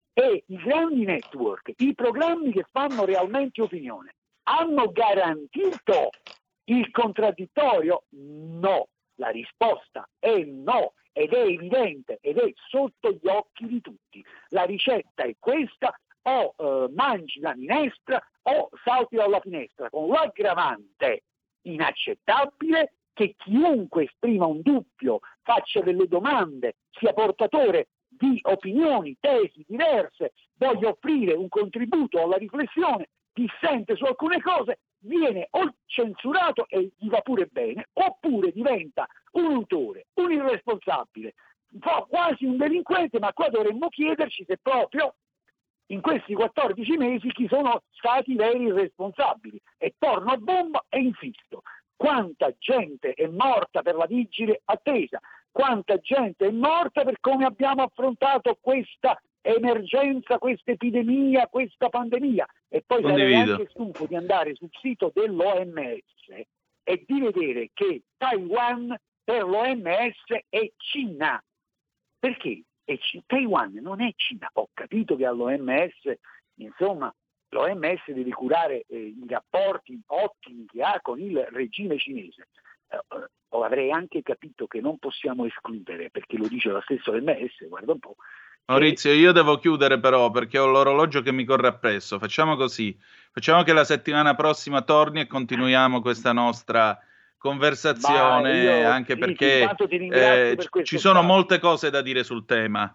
e i grandi network, i programmi che fanno realmente opinione, hanno garantito il contraddittorio? No, la risposta è no, ed è evidente, ed è sotto gli occhi di tutti. La ricetta è questa: o eh, mangi la minestra o salti dalla finestra, con l'aggravante inaccettabile che chiunque esprima un dubbio, faccia delle domande, sia portatore di opinioni, tesi diverse, voglia offrire un contributo alla riflessione, dissente su alcune cose, viene o censurato e gli va pure bene, oppure diventa un autore, un irresponsabile, fa quasi un delinquente. Ma qua dovremmo chiederci se proprio in questi quattordici mesi chi sono stati i veri responsabili. E torno a bomba e insisto: quanta gente è morta per la vigile attesa, quanta gente è morta per come abbiamo affrontato questa emergenza, questa epidemia, questa pandemia. E poi sarei Condivido. anche stufo di andare sul sito dell'O M S e di vedere che Taiwan per l'O M S è Cina. Perché? E C- Taiwan non è Cina. Ho capito che all'O M S, insomma, l'O M S deve curare eh, i rapporti ottimi che ha con il regime cinese. Eh, eh, avrei anche capito che non possiamo escludere, perché lo dice la stessa O M S, guarda un po'. Maurizio, io devo chiudere però perché ho l'orologio che mi corre appresso. Facciamo così, facciamo che la settimana prossima torni e continuiamo questa nostra conversazione, Ma io, anche sì, perché intanto ti ringrazio eh, per ci questo sono spazio. molte cose da dire sul tema.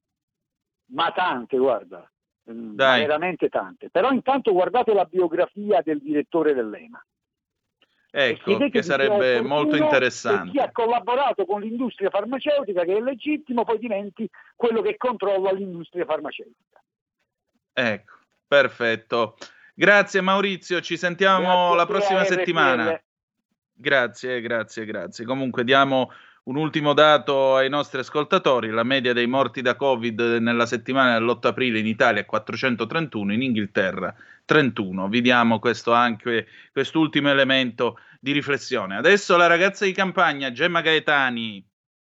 Ma tante, guarda, mm, Dai. veramente tante. Però intanto guardate la biografia del direttore dell'E M A. Ecco, Chiedete che chi sia sarebbe opportuno molto e chi interessante. ha collaborato con l'industria farmaceutica, che è legittimo, poi diventi quello che controlla l'industria farmaceutica. Ecco, perfetto. Grazie Maurizio, ci sentiamo Grazie a la te, prossima a R P L. settimana. Grazie, grazie, grazie. Comunque diamo un ultimo dato ai nostri ascoltatori: la media dei morti da Covid nella settimana dell'otto aprile in Italia è quattrocentotrentuno, in Inghilterra trentuno. Vi diamo questo anche quest'ultimo elemento di riflessione. Adesso la ragazza di campagna, Gemma Gaetani.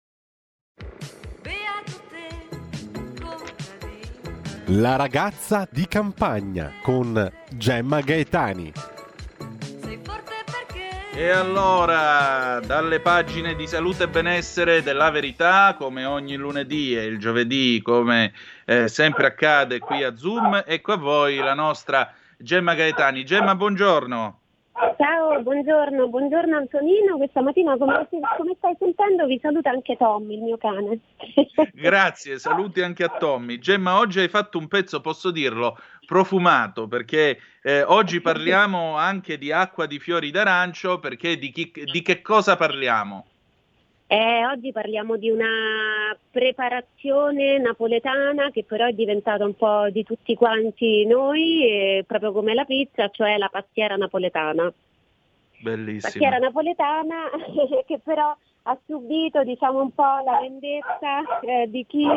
La ragazza di campagna con Gemma Gaetani. E allora, dalle pagine di salute e benessere della Verità, come ogni lunedì e il giovedì, come eh, sempre accade qui a Zoom, ecco a voi la nostra Gemma Gaetani. Gemma, buongiorno. Ciao, buongiorno, buongiorno Antonino. Questa mattina, come, come stai sentendo, vi saluta anche Tommy, il mio cane. Grazie, saluti anche a Tommy. Gemma, oggi hai fatto un pezzo, posso dirlo, profumato, perché eh, oggi parliamo anche di acqua di fiori d'arancio, perché di, chi, di che cosa parliamo? Eh, oggi parliamo di una preparazione napoletana che però è diventata un po' di tutti quanti noi, eh, proprio come la pizza, cioè la pastiera napoletana. Bellissimo. Pastiera napoletana che però ha subito, diciamo, un po' la vendetta eh, di chi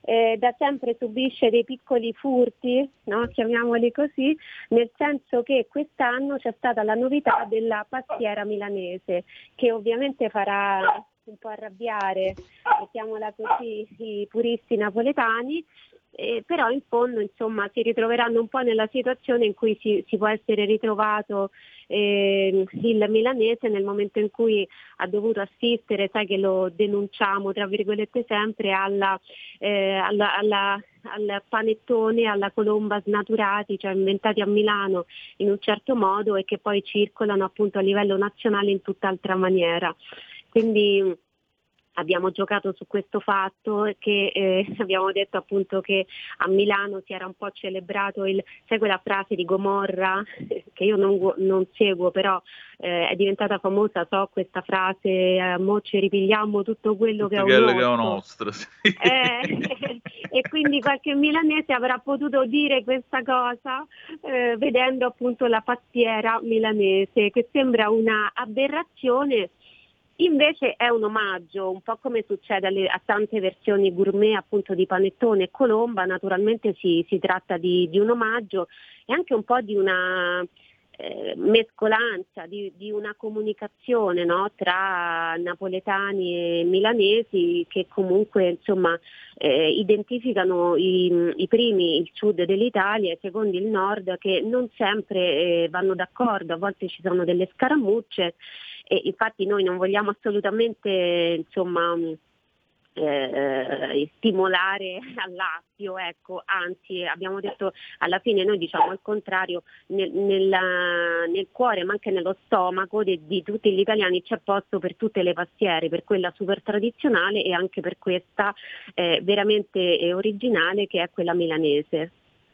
eh, da sempre subisce dei piccoli furti, no? Chiamiamoli così, nel senso che quest'anno c'è stata la novità della pastiera milanese, che ovviamente farà un po' arrabbiare, mettiamola così, i puristi napoletani, eh, però in fondo insomma si ritroveranno un po' nella situazione in cui si, si può essere ritrovato eh, il milanese nel momento in cui ha dovuto assistere, sai che lo denunciamo tra virgolette sempre, alla, eh, alla, alla al panettone, alla colomba snaturati, cioè inventati a Milano in un certo modo e che poi circolano appunto a livello nazionale in tutt'altra maniera. Quindi abbiamo giocato su questo fatto che eh, abbiamo detto appunto che a Milano si era un po' celebrato il, sai quella frase di Gomorra che io non, non seguo, però eh, è diventata famosa, so questa frase, eh, mo ci ripigliamo tutto quello tutto che è un che nostro, nostro sì. eh, e quindi qualche milanese avrà potuto dire questa cosa eh, vedendo appunto la pastiera milanese, che sembra una aberrazione. Invece è un omaggio, un po' come succede alle, a tante versioni gourmet appunto di panettone e colomba, naturalmente si, si tratta di, di un omaggio e anche un po' di una eh, mescolanza, di, di una comunicazione, no? Tra napoletani e milanesi che comunque insomma eh, identificano i, i primi il sud dell'Italia e i secondi il nord, che non sempre eh, vanno d'accordo, a volte ci sono delle scaramucce. E infatti noi non vogliamo assolutamente insomma eh, stimolare all'assio, ecco, anzi abbiamo detto alla fine noi diciamo il contrario, nel, nella, nel cuore ma anche nello stomaco di, di tutti gli italiani c'è posto per tutte le pastiere, per quella super tradizionale e anche per questa eh, veramente eh, originale che è quella milanese.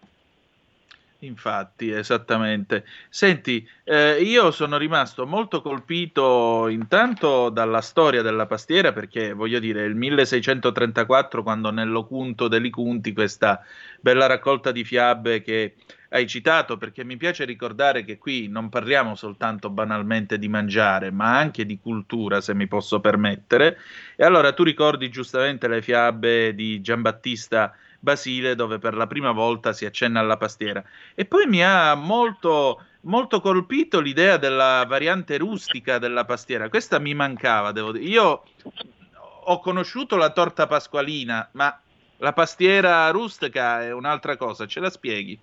Infatti, esattamente. Senti, eh, io sono rimasto molto colpito intanto dalla storia della pastiera, perché voglio dire, il milleseicentotrentaquattro, quando nell'Ocunto degli Cunti, questa bella raccolta di fiabe che hai citato, perché mi piace ricordare che qui non parliamo soltanto banalmente di mangiare, ma anche di cultura, se mi posso permettere. E allora tu ricordi giustamente le fiabe di Giambattista Basile, dove per la prima volta si accenna alla pastiera. E poi mi ha molto, molto colpito l'idea della variante rustica della pastiera. Questa mi mancava, devo dire. Io ho conosciuto la torta pasqualina, ma la pastiera rustica è un'altra cosa. Ce la spieghi?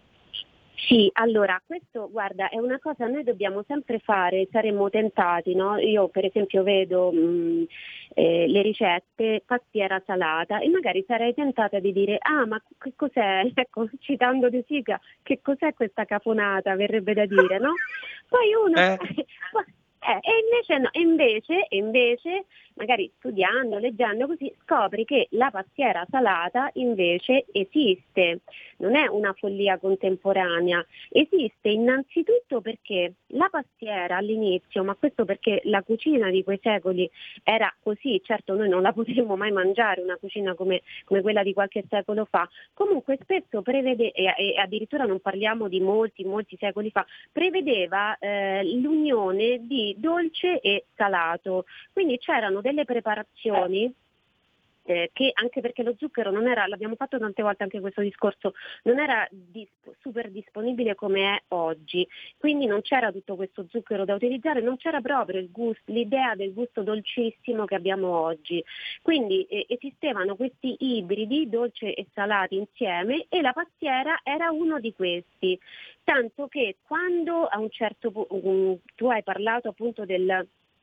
Sì, allora questo guarda è una cosa che noi dobbiamo sempre fare, saremmo tentati, no? Io per esempio vedo mh, eh, le ricette pastiera salata e magari sarei tentata di dire ah ma che cos'è, ecco citando De Sica, che cos'è questa caponata, verrebbe da dire, no? Poi uno... Eh. Eh, e invece no, e invece, e invece, magari studiando, leggendo così, scopri che la pastiera salata invece esiste, non è una follia contemporanea, esiste innanzitutto perché la pastiera all'inizio, ma questo perché la cucina di quei secoli era così, certo noi non la potremmo mai mangiare, una cucina come, come quella di qualche secolo fa, comunque spesso prevede, e, e addirittura non parliamo di molti, molti secoli fa, prevedeva eh, l'unione di dolce e salato, quindi c'erano delle preparazioni eh, che anche perché lo zucchero non era, l'abbiamo fatto tante volte anche questo discorso, non era disp- super disponibile come è oggi, quindi non c'era tutto questo zucchero da utilizzare, non c'era proprio il gusto, l'idea del gusto dolcissimo che abbiamo oggi, quindi eh, esistevano questi ibridi dolce e salati insieme e la pastiera era uno di questi. Tanto che quando a un certo punto um, tu hai parlato appunto del,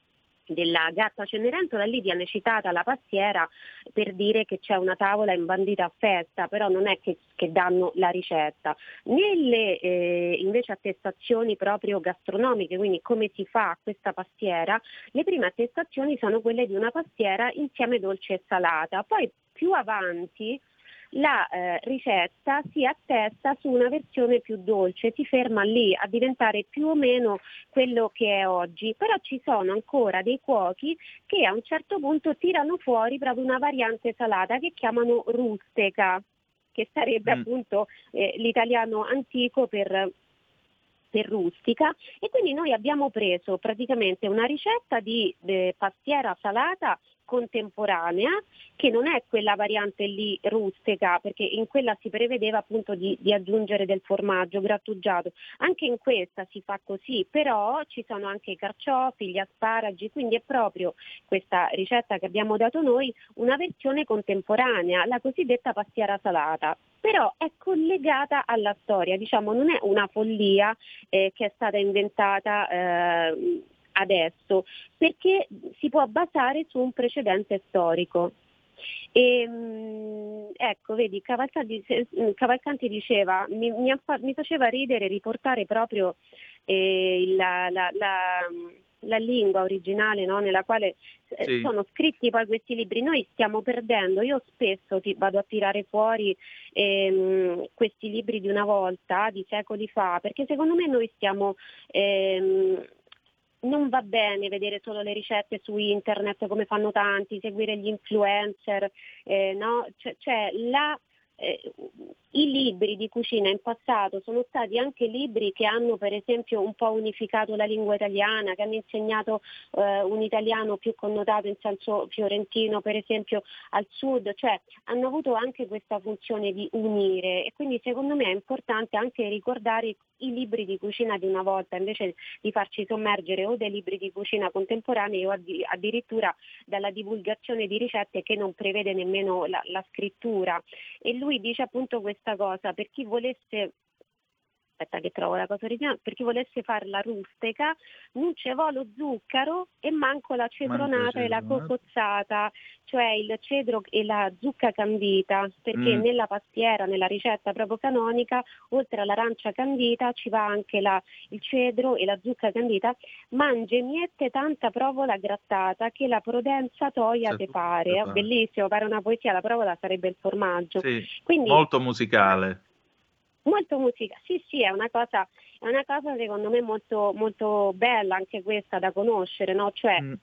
della gatta Cenerentola, lì viene citata la pastiera per dire che c'è una tavola imbandita a festa, però non è che, che danno la ricetta. Nelle eh, invece attestazioni proprio gastronomiche, quindi come si fa questa pastiera, le prime attestazioni sono quelle di una pastiera insieme dolce e salata, poi più avanti la eh, ricetta si attesta su una versione più dolce, si ferma lì a diventare più o meno quello che è oggi, però ci sono ancora dei cuochi che a un certo punto tirano fuori proprio una variante salata che chiamano rusteca, che sarebbe mm. appunto eh, l'italiano antico per per rustica, e quindi noi abbiamo preso praticamente una ricetta di eh, pastiera salata contemporanea, che non è quella variante lì rustica, perché in quella si prevedeva appunto di, di aggiungere del formaggio grattugiato. Anche in questa si fa così, però ci sono anche i carciofi, gli asparagi, quindi è proprio questa ricetta che abbiamo dato noi una versione contemporanea, la cosiddetta pastiera salata. Però è collegata alla storia, diciamo, non è una follia eh, che è stata inventata eh, adesso, perché si può basare su un precedente storico. E, mh, ecco, vedi, Cavalcanti, Cavalcanti diceva, mi, mi, affa, mi faceva ridere riportare proprio eh, la, la, la, la lingua originale, no, nella quale eh, Sì. sono scritti poi questi libri. Noi stiamo perdendo, io spesso ti vado a tirare fuori ehm, questi libri di una volta, di secoli fa, perché secondo me noi stiamo... Ehm, non va bene vedere solo le ricette su internet come fanno tanti, seguire gli influencer, eh, no? Cioè, cioè la, eh, i libri di cucina in passato sono stati anche libri che hanno per esempio un po' unificato la lingua italiana, che hanno insegnato eh, un italiano più connotato in senso fiorentino per esempio al sud, cioè hanno avuto anche questa funzione di unire, e quindi secondo me è importante anche ricordare i libri di cucina di una volta, invece di farci sommergere o dai libri di cucina contemporanei o addi- addirittura dalla divulgazione di ricette che non prevede nemmeno la, la scrittura. E lui dice appunto questa cosa, per chi volesse aspetta che trovo la cosa originale, per chi volesse farla rustica non ci vuole lo zucchero e manco la cedronata e la cocozzata, cioè il cedro e la zucca candita, perché Mm. nella pastiera, nella ricetta proprio canonica, oltre all'arancia candita ci va anche la, il cedro e la zucca candita. Mangi miette tanta provola grattata che la prudenza toia te pare. pare. Bellissimo, pare una poesia, la provola sarebbe il formaggio. Sì, Quindi molto musicale. molto musica, sì sì, è una cosa, è una cosa secondo me molto, molto bella anche questa da conoscere, no? Cioè Mm.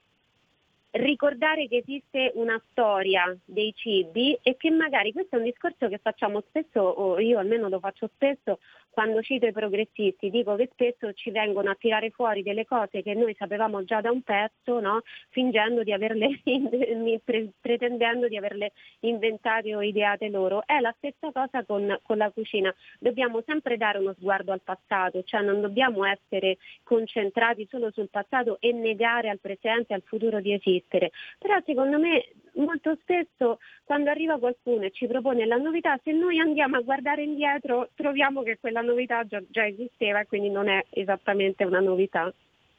ricordare che esiste una storia dei cibi e che magari questo è un discorso che facciamo spesso, o io almeno lo faccio spesso quando cito i progressisti, dico che spesso ci vengono a tirare fuori delle cose che noi sapevamo già da un pezzo, no? Fingendo di averle, pre- pretendendo di averle inventate o ideate loro. È la stessa cosa con, con la cucina, dobbiamo sempre dare uno sguardo al passato, cioè non dobbiamo essere concentrati solo sul passato e negare al presente e al futuro di esistere. Però secondo me molto spesso quando arriva qualcuno e ci propone la novità, se noi andiamo a guardare indietro troviamo che quella novità già, già esisteva e quindi non è esattamente una novità.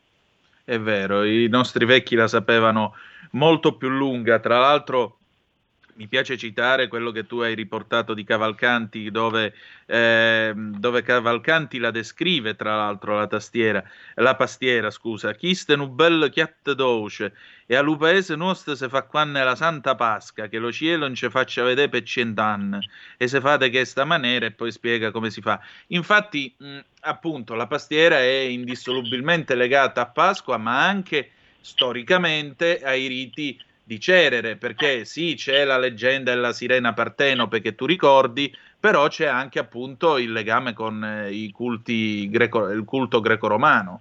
È vero, i nostri vecchi la sapevano molto più lunga. Tra l'altro mi piace citare quello che tu hai riportato di Cavalcanti, dove, eh, dove Cavalcanti la descrive, tra l'altro, la tastiera, la pastiera, scusa, chiste nu bel chiatt dolce, e a lu paese nostro se fa qua nella Santa Pasca, che lo cielo non ci faccia vedere per cent'anni, e se fate questa maniera, e poi spiega come si fa. Infatti, mh, appunto, la pastiera è indissolubilmente legata a Pasqua, ma anche storicamente ai riti di Cerere, perché sì, c'è la leggenda della sirena Partenope che tu ricordi, però c'è anche appunto il legame con eh, i culti greco, il culto greco-romano.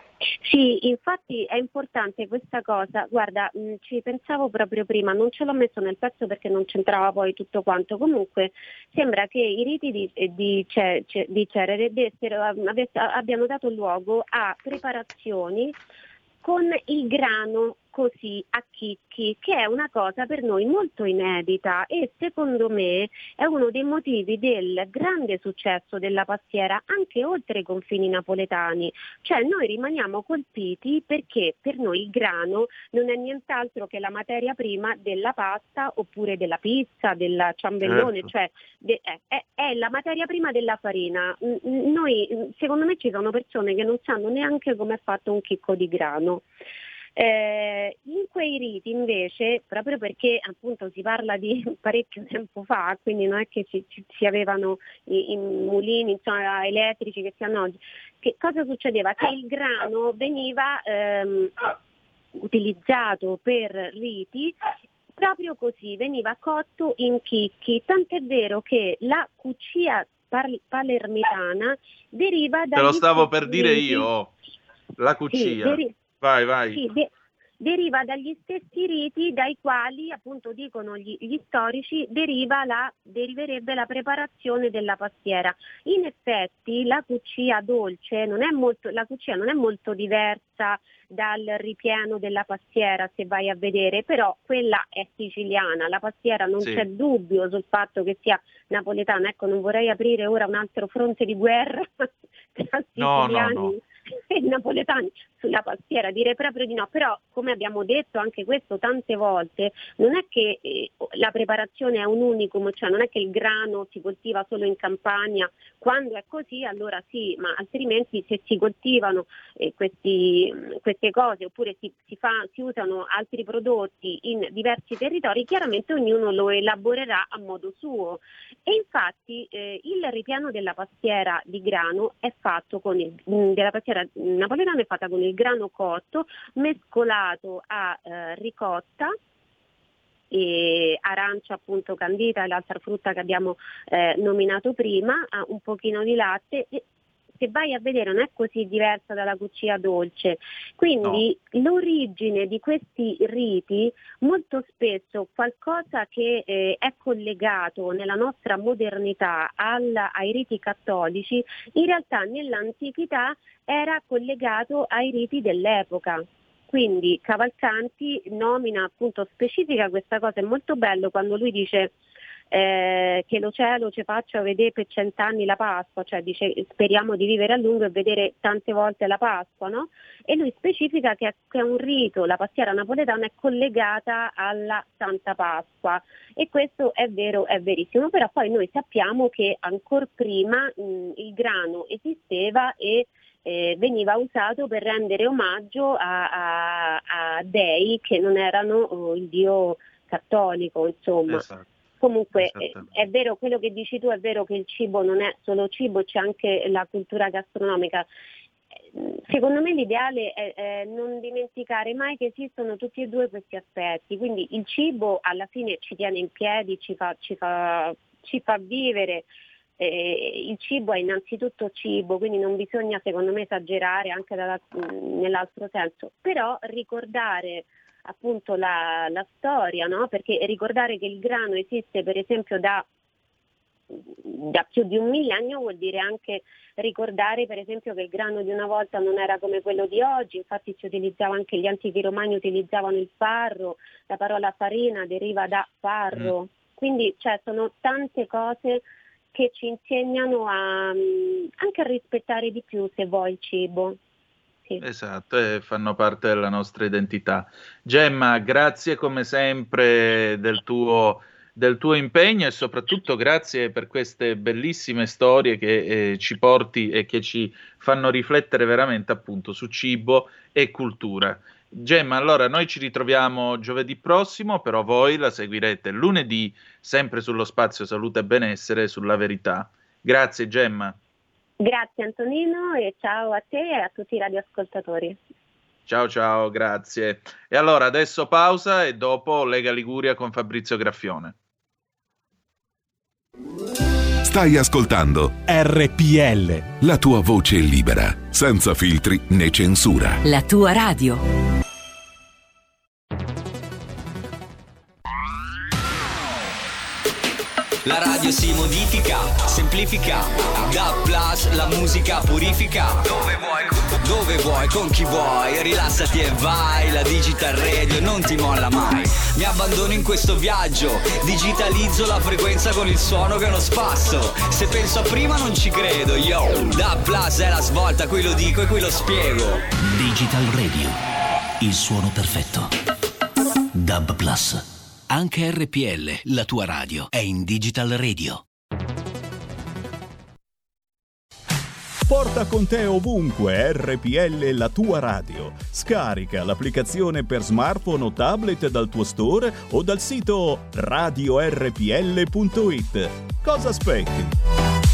Sì, infatti è importante questa cosa. Guarda, mh, ci pensavo proprio prima, non ce l'ho messo nel pezzo perché non c'entrava poi tutto quanto. Comunque sembra che i riti di, di, Ce- Ce- di Cerere dessero, avess- abbiano dato luogo a preparazioni con il grano così a chicchi, che è una cosa per noi molto inedita e secondo me è uno dei motivi del grande successo della pastiera anche oltre i confini napoletani. Cioè noi rimaniamo colpiti perché per noi il grano non è nient'altro che la materia prima della pasta oppure della pizza, del ciambellone, Certo. cioè de- è, è, è la materia prima della farina. N- Noi, secondo me ci sono persone che non sanno neanche come è fatto un chicco di grano. Eh, in quei riti invece, proprio perché appunto si parla di parecchio tempo fa, quindi non è che ci, ci, si avevano i, i mulini insomma, elettrici che si hanno oggi, che cosa succedeva? Che il grano veniva ehm, utilizzato per riti proprio così, veniva cotto in chicchi, tant'è vero che la cuccia par- palermitana deriva dagli Te lo stavo per stessi dire riti. io, la Sì, cuccia. deri- Vai, vai. Sì, de- deriva dagli stessi riti dai quali, appunto dicono gli, gli storici, deriva la, deriverebbe la preparazione della pastiera. In effetti la cuccia dolce non è molto, la cuccia non è molto diversa dal ripieno della pastiera, se vai a vedere, però quella è siciliana, la pastiera non Sì. c'è dubbio sul fatto che sia napoletana. Ecco, non vorrei aprire ora un altro fronte di guerra tra No, no, siciliani no. e napoletani sulla pastiera, direi proprio di no, però come abbiamo detto anche questo tante volte, non è che eh, la preparazione è un unicum, cioè non è che il grano si coltiva solo in Campania, quando è così allora sì, ma altrimenti se si coltivano eh, questi, queste cose oppure si, si, fa, si usano altri prodotti in diversi territori, chiaramente ognuno lo elaborerà a modo suo. E infatti eh, il ripiano della pastiera di grano è fatto con il, della pastiera napoletana è fatta con il grano cotto mescolato a eh, ricotta e arancia appunto candita e l'altra frutta che abbiamo eh, nominato prima, a un pochino di latte. E se vai a vedere non è così diversa dalla cuccia dolce, quindi no. L'origine di questi riti molto spesso qualcosa che eh, è collegato nella nostra modernità al, ai riti cattolici, in realtà nell'antichità era collegato ai riti dell'epoca. Quindi Cavalcanti nomina appunto, specifica questa cosa, è molto bello quando lui dice eh, che lo cielo ci faccia vedere per cent'anni la Pasqua, cioè dice speriamo di vivere a lungo e vedere tante volte la Pasqua, no? E lui specifica che è, che è un rito, la pastiera napoletana è collegata alla Santa Pasqua, e questo è vero, è verissimo, però poi noi sappiamo che ancor prima mh, il grano esisteva e Eh, veniva usato per rendere omaggio a, a, a dei che non erano oh, il dio cattolico, insomma. Esatto. Comunque eh, è vero quello che dici tu, è vero che il cibo non è solo cibo, c'è anche la cultura gastronomica. Secondo me l'ideale è, è non dimenticare mai che esistono tutti e due questi aspetti, quindi il cibo alla fine ci tiene in piedi, ci fa, ci fa, ci fa vivere. Eh, il cibo è innanzitutto cibo, quindi non bisogna secondo me esagerare anche dalla, nell'altro senso, però ricordare appunto la, la storia, no? Perché ricordare che il grano esiste per esempio da, da più di un millennio vuol dire anche ricordare per esempio che il grano di una volta non era come quello di oggi, infatti si utilizzava anche, gli antichi romani utilizzavano il farro, la parola farina deriva da farro, mm. quindi cioè, sono tante cose che ci insegnano a, anche a rispettare di più, se vuoi, il cibo. Sì. Esatto, e fanno parte della nostra identità. Gemma, grazie come sempre del tuo, del tuo impegno e soprattutto grazie per queste bellissime storie che eh, ci porti e che ci fanno riflettere veramente appunto su cibo e cultura. Gemma, allora noi ci ritroviamo giovedì prossimo, però voi la seguirete lunedì, sempre sullo spazio Salute e Benessere, sulla Verità. Grazie Gemma. Grazie Antonino e ciao a te e a tutti i radioascoltatori. Ciao ciao, grazie. E allora adesso pausa e dopo Lega Liguria con Fabrizio Graffione. Stai ascoltando R P L, la tua voce libera, senza filtri né censura. La tua radio. La radio si modifica, semplifica, da plus la musica purifica. Dove vuoi, dove vuoi, con chi vuoi, rilassati e vai. La Digital Radio non ti molla mai. Mi abbandono in questo viaggio, digitalizzo la frequenza con il suono che è uno spasso. Se penso a prima non ci credo, yo. Da plus è la svolta, qui lo dico e qui lo spiego. Digital Radio, il suono perfetto. Dub Plus. Anche R P L, la tua radio, è in Digital Radio. Porta con te ovunque R P L, la tua radio. Scarica l'applicazione per smartphone o tablet dal tuo store o dal sito radio r p l punto i t. Cosa aspetti?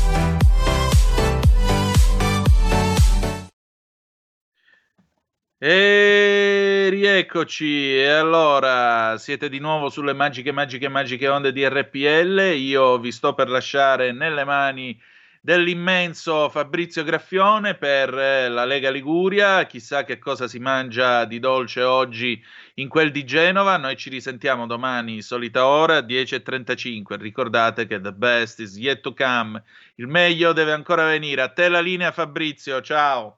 E rieccoci, e allora siete di nuovo sulle magiche, magiche, magiche onde di R P L. Io vi sto per lasciare nelle mani dell'immenso Fabrizio Graffione per eh, la Lega Liguria. Chissà che cosa si mangia di dolce oggi in quel di Genova. Noi ci risentiamo domani, solita ora, dieci e trentacinque. Ricordate che the best is yet to come. Il meglio deve ancora venire. A te la linea, Fabrizio, ciao.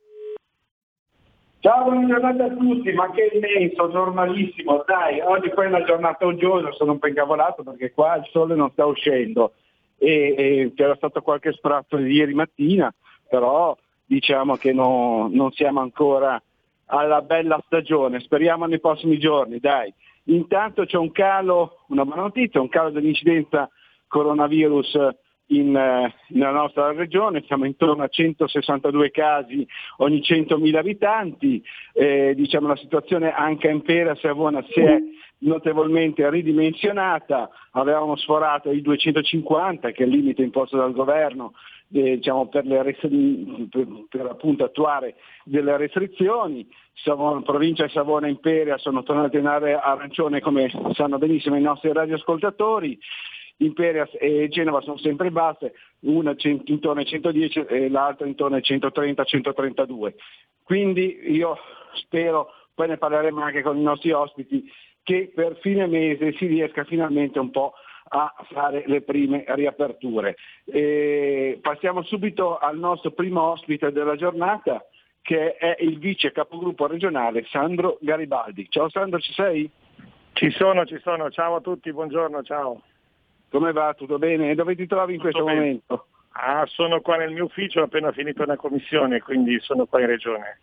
Ciao, buona giornata a tutti, ma che immenso, normalissimo, dai, oggi poi è una giornata uggiosa, sono un po' incavolato perché qua il sole non sta uscendo e, e c'era stato qualche sprazzo di ieri mattina, però diciamo che no, non siamo ancora alla bella stagione, speriamo nei prossimi giorni, dai. Intanto c'è un calo, una buona notizia, un calo dell'incidenza coronavirus In, nella nostra regione, siamo intorno a centosessantadue casi ogni centomila abitanti, eh, diciamo la situazione anche a Imperia Savona si è notevolmente ridimensionata, avevamo sforato i duecentocinquanta che è il limite imposto dal governo eh, diciamo, per, le restri- per, per appunto attuare delle restrizioni. Savona, provincia di Savona e Imperia sono tornati in area arancione, come sanno benissimo i nostri radioascoltatori. Imperia e Genova sono sempre basse, una intorno ai centodieci e l'altra intorno ai centotrenta centotrentadue. Quindi io spero, poi ne parleremo anche con i nostri ospiti, che per fine mese si riesca finalmente un po' a fare le prime riaperture. E passiamo subito al nostro primo ospite della giornata, che è il vice capogruppo regionale Sandro Garibaldi. Ciao Sandro, ci sei? Ci sono, ci sono, ciao a tutti, buongiorno, ciao. Come va? Tutto bene? Dove ti trovi in questo momento? Ah, sono qua nel mio ufficio, ho appena finito una commissione, quindi sono qua in regione.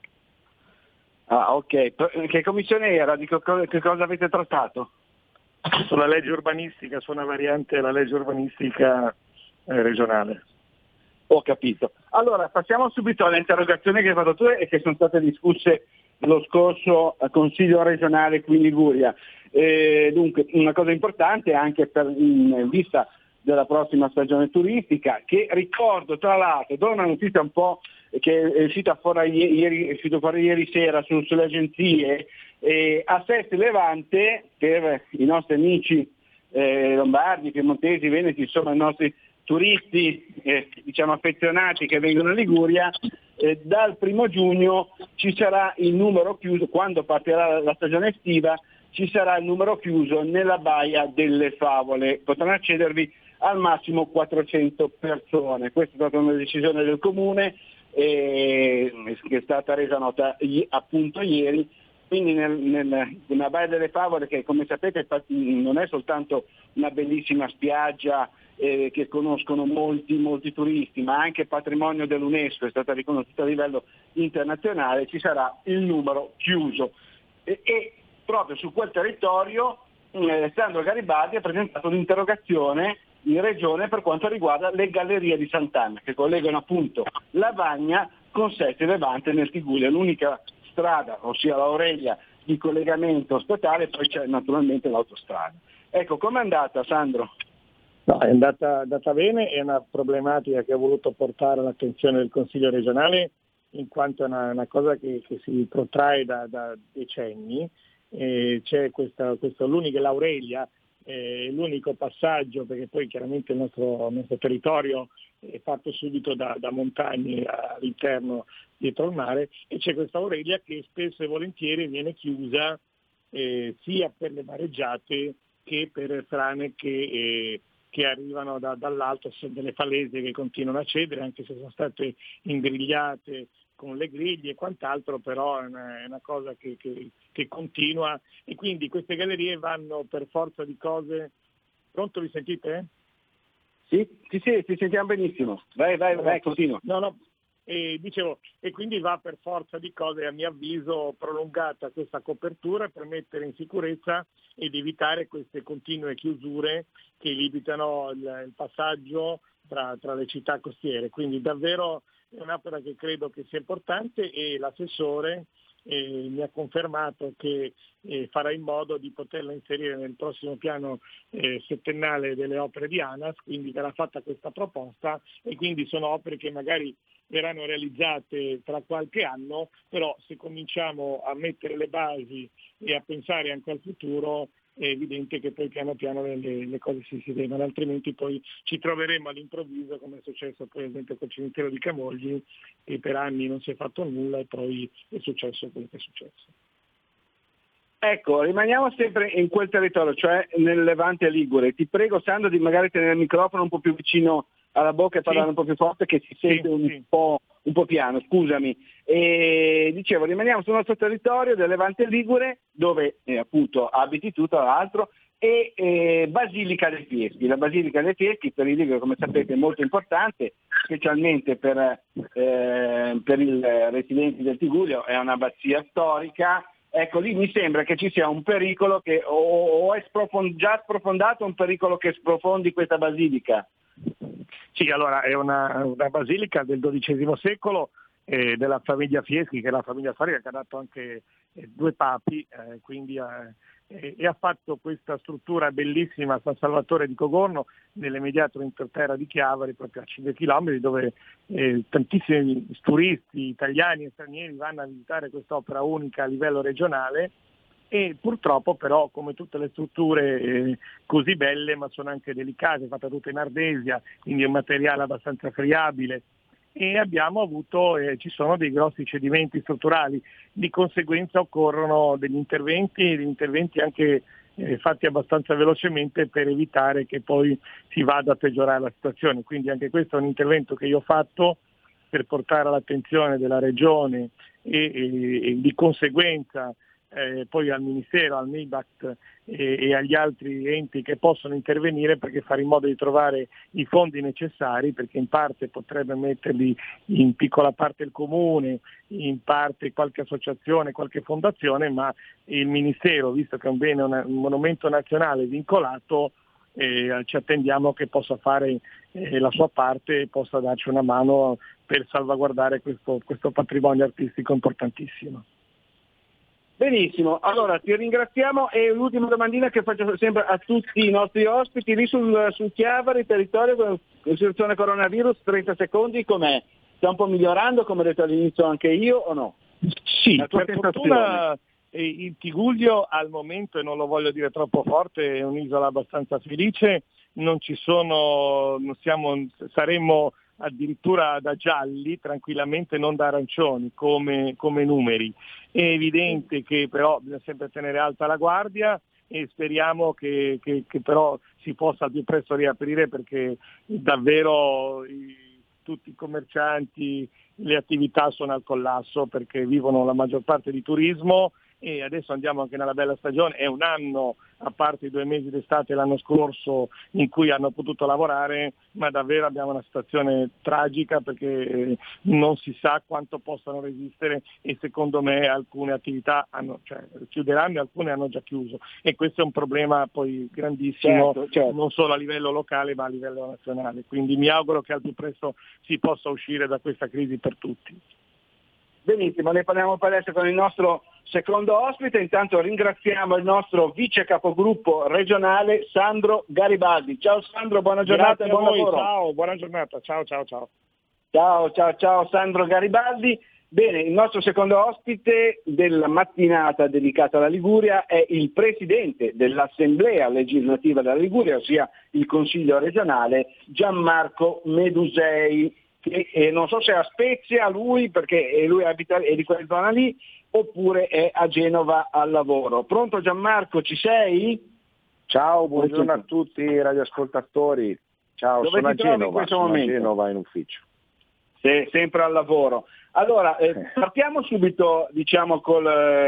Ah, ok. Che commissione era? Di co- che cosa avete trattato? Sulla legge urbanistica, su una variante della legge urbanistica eh, regionale. Ho capito. Allora, passiamo subito alle interrogazioni che hai fatto tu e che sono state discusse lo scorso Consiglio regionale qui in Liguria. Eh, dunque, una cosa importante anche per, in vista della prossima stagione turistica, che ricordo tra l'altro, do una notizia un po' che è uscita fuori ieri, è uscito fuori ieri sera su, sulle agenzie, eh, a Sesti Levante, per i nostri amici eh, lombardi, piemontesi, veneti, insomma i nostri turisti eh, diciamo affezionati che vengono in Liguria, eh, dal primo giugno ci sarà il numero chiuso, quando partirà la stagione estiva, ci sarà il numero chiuso nella Baia delle Favole, potranno accedervi al massimo quattrocento persone. Questa è stata una decisione del Comune eh, che è stata resa nota appunto ieri, quindi nel, nel, nella Baia delle Favole, che come sapete non è soltanto una bellissima spiaggia eh, che conoscono molti, molti turisti, ma anche patrimonio dell'UNESCO, è stata riconosciuta a livello internazionale, ci sarà il numero chiuso. E, e proprio su quel territorio eh, Sandro Garibaldi ha presentato un'interrogazione in regione per quanto riguarda le gallerie di Sant'Anna, che collegano appunto Lavagna con Sesti Levante nel Tigullio, l'unica strada, ossia l'Aurelia, di collegamento statale, poi c'è naturalmente l'autostrada. Ecco, com'è andata Sandro? No, è andata, andata bene, è una problematica che ho voluto portare all'attenzione del Consiglio regionale, in quanto è una, una cosa che, che si protrae da, da decenni. Eh, c'è questa, questa l'unica l'Aurelia, eh, l'unico passaggio, perché poi chiaramente il nostro, il nostro territorio è fatto subito da, da montagne all'interno dietro il mare, e c'è questa Aurelia che spesso e volentieri viene chiusa eh, sia per le mareggiate che per frane che, eh, che arrivano da, dall'alto, sono delle falesie che continuano a cedere, anche se sono state ingrigliate con le griglie e quant'altro, però è una, è una cosa che, che, che continua, e quindi queste gallerie vanno per forza di cose. Pronto, vi sentite? Sì, sì, sì, ti sentiamo benissimo. Vai, vai, vai, continua. No, no, e dicevo, e quindi va per forza di cose, a mio avviso, prolungata questa copertura per mettere in sicurezza ed evitare queste continue chiusure che limitano il, il passaggio tra, tra le città costiere. Quindi davvero è un'opera che credo che sia importante, e l'assessore eh, mi ha confermato che eh, farà in modo di poterla inserire nel prossimo piano eh, settennale delle opere di ANAS, quindi verrà fatta questa proposta, e quindi sono opere che magari verranno realizzate tra qualche anno, però se cominciamo a mettere le basi e a pensare anche al futuro, è evidente che poi piano piano le, le cose si sistemano, altrimenti poi ci troveremo all'improvviso, come è successo per esempio col cimitero di Camogli, e per anni non si è fatto nulla e poi è successo quello che è successo. Ecco, rimaniamo sempre in quel territorio, cioè nel Levante Ligure. Ti prego, Sandro, di magari tenere il microfono un po' più vicino alla bocca e parlare sì. un po' più forte, che si sente sì, un, sì. Po', un po' piano, scusami. E dicevo, rimaniamo sul nostro territorio del Levante Ligure, dove eh, appunto abiti tu, tra l'altro, e eh, Basilica dei Fieschi. La Basilica dei Fieschi per i Liguri, come sapete, è molto importante, specialmente per, eh, per i residenti del Tigullio, è un'abbazia storica. Ecco, lì mi sembra che ci sia un pericolo che o, o è sprofond- già sprofondato un pericolo che sprofondi questa basilica. Sì, allora è una, una basilica del dodicesimo secolo eh, della famiglia Fieschi, che è la famiglia storica che ha dato anche eh, due papi, eh, quindi eh, eh, e ha fatto questa struttura bellissima a San Salvatore di Cogorno, nell'immediato entroterra di Chiavari, proprio a cinque chilometri, dove eh, tantissimi turisti italiani e stranieri vanno a visitare quest'opera unica a livello regionale. E purtroppo però, come tutte le strutture eh, così belle, ma sono anche delicate, fatta tutta in ardesia, quindi è un materiale abbastanza friabile, e abbiamo avuto, eh, ci sono dei grossi cedimenti strutturali, di conseguenza occorrono degli interventi, degli interventi anche eh, fatti abbastanza velocemente per evitare che poi si vada a peggiorare la situazione. Quindi anche questo è un intervento che io ho fatto per portare all'attenzione della Regione e, e, e di conseguenza Eh, poi al Ministero, al MIBACT e, e agli altri enti che possono intervenire, perché fare in modo di trovare i fondi necessari, perché in parte potrebbe metterli in piccola parte il Comune, in parte qualche associazione, qualche fondazione, ma il Ministero, visto che è un bene, una, un monumento nazionale vincolato, eh, ci attendiamo che possa fare eh, la sua parte e possa darci una mano per salvaguardare questo, questo patrimonio artistico importantissimo. Benissimo, allora ti ringraziamo e l'ultima domandina che faccio sempre a tutti i nostri ospiti, lì sul, sul Chiavari, territorio con la situazione coronavirus, trenta secondi, com'è? Sta un po' migliorando, come ho detto all'inizio anche io, o no? Sì, per fortuna eh, il Tigullio al momento, e non lo voglio dire troppo forte, è un'isola abbastanza felice, non ci sono, non siamo, saremmo addirittura da gialli, tranquillamente non da arancioni come, come numeri. È evidente che però bisogna sempre tenere alta la guardia e speriamo che, che, che però si possa al più presto riaprire, perché davvero i, tutti i commercianti, le attività sono al collasso, perché vivono la maggior parte di turismo e adesso andiamo anche nella bella stagione. È un anno, a parte i due mesi d'estate l'anno scorso in cui hanno potuto lavorare, ma davvero abbiamo una situazione tragica, perché non si sa quanto possano resistere e secondo me alcune attività hanno, cioè, chiuderanno e alcune hanno già chiuso, e questo è un problema poi grandissimo, certo, certo. non solo a livello locale ma a livello nazionale, quindi mi auguro che al più presto si possa uscire da questa crisi per tutti. Benissimo, ne parliamo per adesso con il nostro secondo ospite. Intanto ringraziamo il nostro vice capogruppo regionale Sandro Garibaldi. Ciao Sandro, buona giornata. Grazie e buon a voi, lavoro. ciao, buona giornata, ciao ciao ciao. Ciao ciao ciao Sandro Garibaldi. Bene, il nostro secondo ospite della mattinata dedicata alla Liguria è il presidente dell'Assemblea legislativa della Liguria, ossia il Consiglio regionale, Gianmarco Medusei. Che, eh, non so se è a Spezia lui, perché lui abita è di quella zona lì, oppure è a Genova al lavoro. Pronto Gianmarco, ci sei? Ciao, buongiorno a tutti i radioascoltatori. Ciao, Dove sono a ti trovi Genova, in questo sono momento? a Genova in ufficio. Sì, sempre al lavoro. Allora, eh, partiamo subito diciamo col,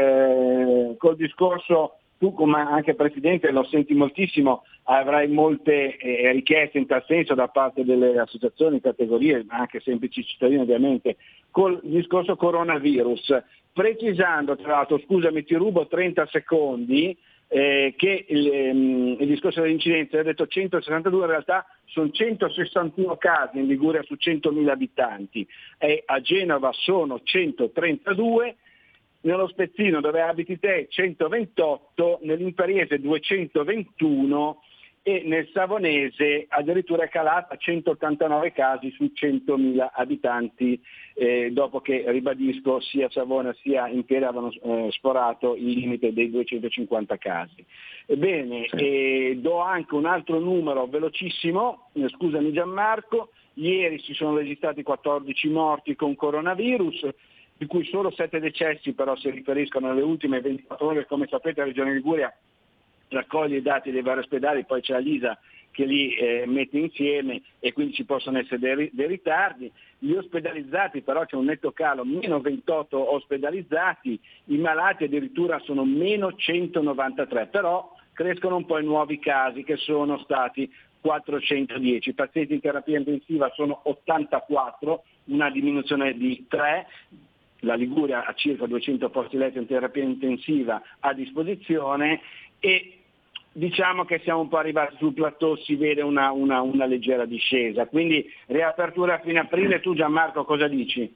eh, col discorso. Tu come anche Presidente lo senti moltissimo, avrai molte eh, richieste in tal senso da parte delle associazioni, categorie, ma anche semplici cittadini ovviamente, col discorso coronavirus. Precisando, tra l'altro, scusami ti rubo trenta secondi, eh, che il, ehm, il discorso dell'incidenza, hai detto centosessantadue, in realtà sono centosessantuno casi in Liguria su centomila abitanti, e a Genova sono centotrentadue, nello Spezzino dove abiti te centoventotto, nell'Imperiese duecentoventuno e nel Savonese addirittura è calata a centottantanove casi su centomila abitanti, eh, dopo che, ribadisco, sia Savona sia Imperia avevano eh, sforato il limite dei duecentocinquanta casi. Ebbene, sì. eh, do anche un altro numero velocissimo, eh, scusami Gianmarco, ieri si sono registrati quattordici morti con coronavirus, di cui solo sette decessi però si riferiscono alle ultime ventiquattro ore. Come sapete la Regione Liguria raccoglie i dati dei vari ospedali, poi c'è la Lisa che li eh, mette insieme e quindi ci possono essere dei, dei ritardi. Gli ospedalizzati però c'è un netto calo, meno ventotto ospedalizzati, i malati addirittura sono meno centonovantatré, però crescono un po' i nuovi casi che sono stati quattrocentodieci, i pazienti in terapia intensiva sono ottantaquattro, una diminuzione di tre. La Liguria ha circa duecento posti letto in terapia intensiva a disposizione e diciamo che siamo un po' arrivati sul plateau, si vede una, una, una leggera discesa, quindi riapertura a fine aprile. Tu Gianmarco cosa dici?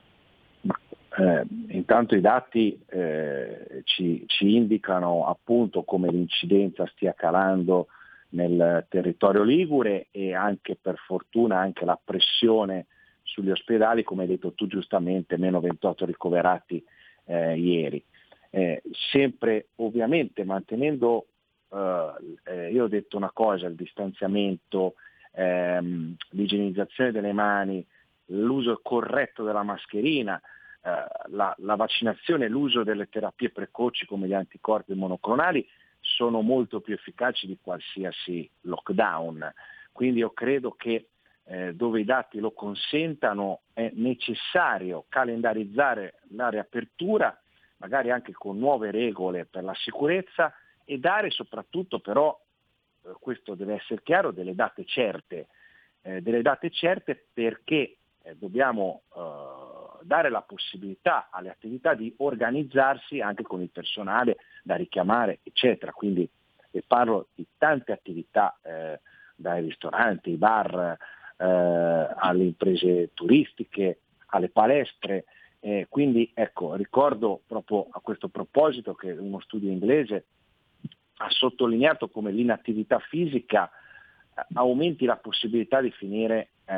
Eh, intanto i dati eh, ci, ci indicano appunto come l'incidenza stia calando nel territorio ligure e anche per fortuna anche la pressione sugli ospedali, come hai detto tu giustamente, meno ventotto ricoverati eh, ieri. Eh, sempre ovviamente mantenendo, eh, eh, io ho detto una cosa, il distanziamento, ehm, l'igienizzazione delle mani, l'uso corretto della mascherina, eh, la, la vaccinazione e l'uso delle terapie precoci come gli anticorpi monoclonali sono molto più efficaci di qualsiasi lockdown. Quindi io credo che eh, dove i dati lo consentano è necessario calendarizzare la riapertura, magari anche con nuove regole per la sicurezza, e dare soprattutto però, eh, questo deve essere chiaro, delle date certe, eh, delle date certe perché eh, dobbiamo eh, dare la possibilità alle attività di organizzarsi anche con il personale da richiamare, eccetera. Quindi e parlo di tante attività, eh, dai ristoranti, ai bar, eh, alle imprese turistiche, alle palestre. Eh, quindi ecco, ricordo proprio a questo proposito che uno studio inglese ha sottolineato come l'inattività fisica eh, aumenti la possibilità di finire eh,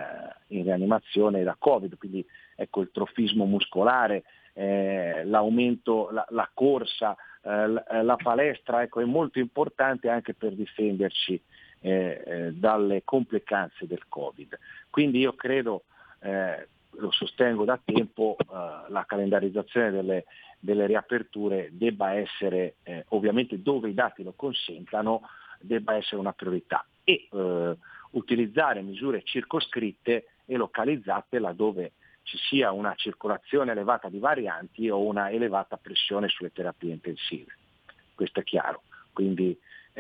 in rianimazione da Covid, quindi ecco il trofismo muscolare, eh, l'aumento, la, la corsa, eh, la, la palestra, ecco, è molto importante anche per difenderci eh, eh, dalle complicanze del Covid. Quindi io credo, eh, lo sostengo da tempo, eh, la calendarizzazione delle, delle riaperture debba essere, eh, ovviamente dove i dati lo consentano, debba essere una priorità e eh, utilizzare misure circoscritte e localizzate laddove ci sia una circolazione elevata di varianti o una elevata pressione sulle terapie intensive. Questo è chiaro. Quindi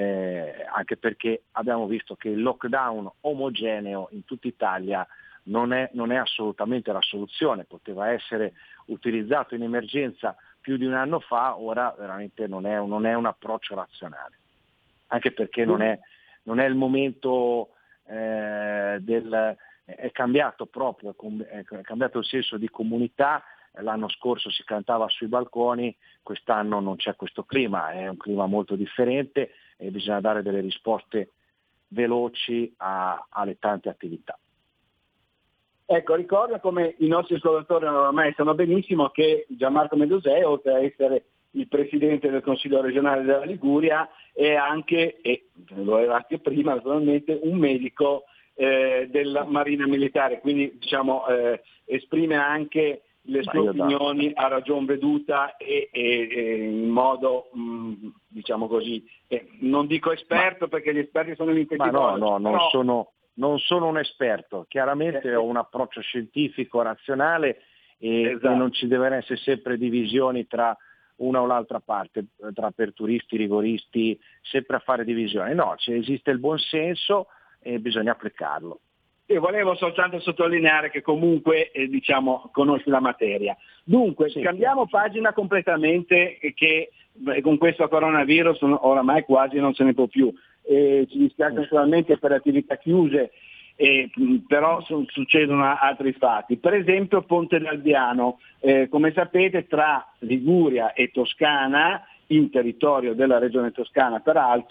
eh, anche perché abbiamo visto che il lockdown omogeneo in tutta Italia non è, non è assolutamente la soluzione, poteva essere utilizzato in emergenza più di un anno fa, ora veramente non è, non è un approccio razionale, anche perché non è, non è il momento eh, del... è cambiato proprio, è cambiato il senso di comunità. L'anno scorso si cantava sui balconi, quest'anno non c'è questo clima, è un clima molto differente e bisogna dare delle risposte veloci a, alle tante attività. Ecco, ricorda come i nostri ascoltatori ormai sanno benissimo che Gianmarco Medusè, oltre a essere il presidente del Consiglio regionale della Liguria, è anche, e lo era anche prima naturalmente, un medico eh, della Marina Militare, quindi diciamo eh, esprime anche le sue opinioni a ragion veduta e, e, e in modo mh, diciamo così, eh, non dico esperto ma, perché gli esperti sono gli infettivologi. Ma no, no, non però... sono... Non sono un esperto, chiaramente eh, ho un approccio scientifico, razionale e, esatto. e non ci devono essere sempre divisioni tra una o l'altra parte, tra aperturisti, rigoristi, sempre a fare divisioni. No, c'è, esiste il buonsenso e bisogna applicarlo. E volevo soltanto sottolineare che comunque eh, diciamo conosci la materia. Dunque, sì, cambiamo sì. pagina completamente, che eh, con questo coronavirus oramai quasi non se ne può più. Eh, ci dispiace naturalmente per attività chiuse, eh, però su- succedono altri fatti. Per esempio Ponte d'Albiano, eh, come sapete tra Liguria e Toscana, in territorio della regione toscana peraltro,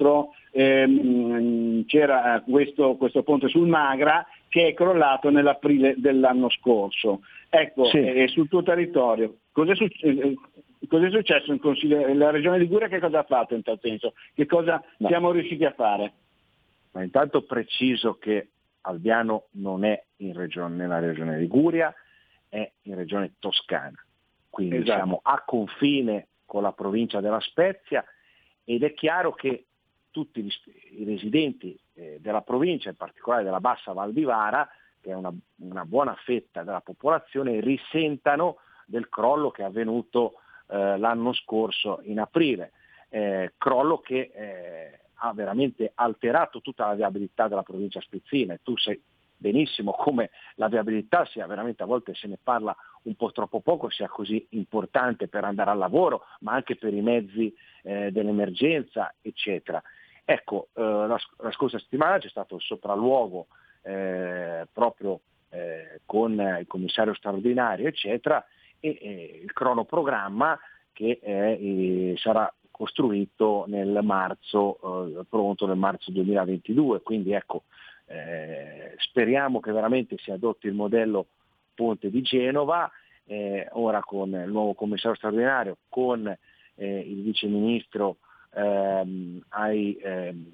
ehm, c'era questo, questo ponte sul Magra che è crollato nell'aprile dell'anno scorso. Ecco, Sì. eh, sul tuo territorio, cos'è, suc- eh, cos'è successo in Consiglio? La Regione Liguria che cosa ha fatto in tal senso? Che cosa No. siamo riusciti a fare? Ma intanto preciso che Albiano non è in regione, nella regione Liguria, è in regione Toscana, quindi Esatto. siamo a confine con la provincia della Spezia, ed è chiaro che tutti gli, i residenti eh, della provincia, in particolare della Bassa Val di Vara, che è una, una buona fetta della popolazione, risentano del crollo che è avvenuto eh, l'anno scorso in aprile, eh, crollo che eh, ha veramente alterato tutta la viabilità della provincia spezzina, e tu sai benissimo come la viabilità sia veramente, a volte se ne parla un po' troppo poco, sia così importante per andare al lavoro, ma anche per i mezzi eh, dell'emergenza, eccetera. Ecco, eh, la, la scorsa settimana c'è stato il sopralluogo eh, proprio eh, con il commissario straordinario, eccetera, e, e il cronoprogramma che è, eh, sarà costruito nel marzo, eh, pronto nel marzo duemilaventidue, quindi ecco, eh, speriamo che veramente si adotti il modello Ponte di Genova, eh, ora con il nuovo commissario straordinario, con eh, il viceministro ehm, ai, ehm,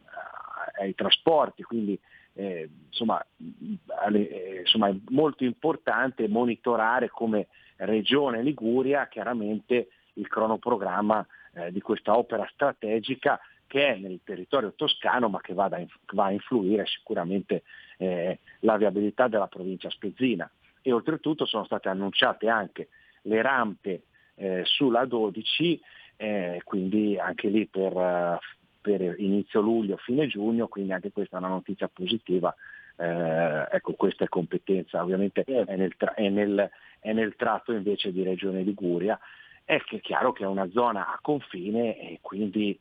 ai trasporti, quindi eh, insomma, alle, eh, insomma è molto importante monitorare come Regione Liguria chiaramente il cronoprogramma eh, di questa opera strategica che è nel territorio toscano, ma che va, da, va a influire sicuramente eh, la viabilità della provincia spezzina. E oltretutto sono state annunciate anche le rampe eh, sulla dodici, eh, quindi anche lì per, per inizio luglio, fine giugno, quindi anche questa è una notizia positiva. Eh, ecco, questa è competenza, ovviamente è nel, tra- è, nel, è nel tratto invece di Regione Liguria. È che è chiaro che è una zona a confine e quindi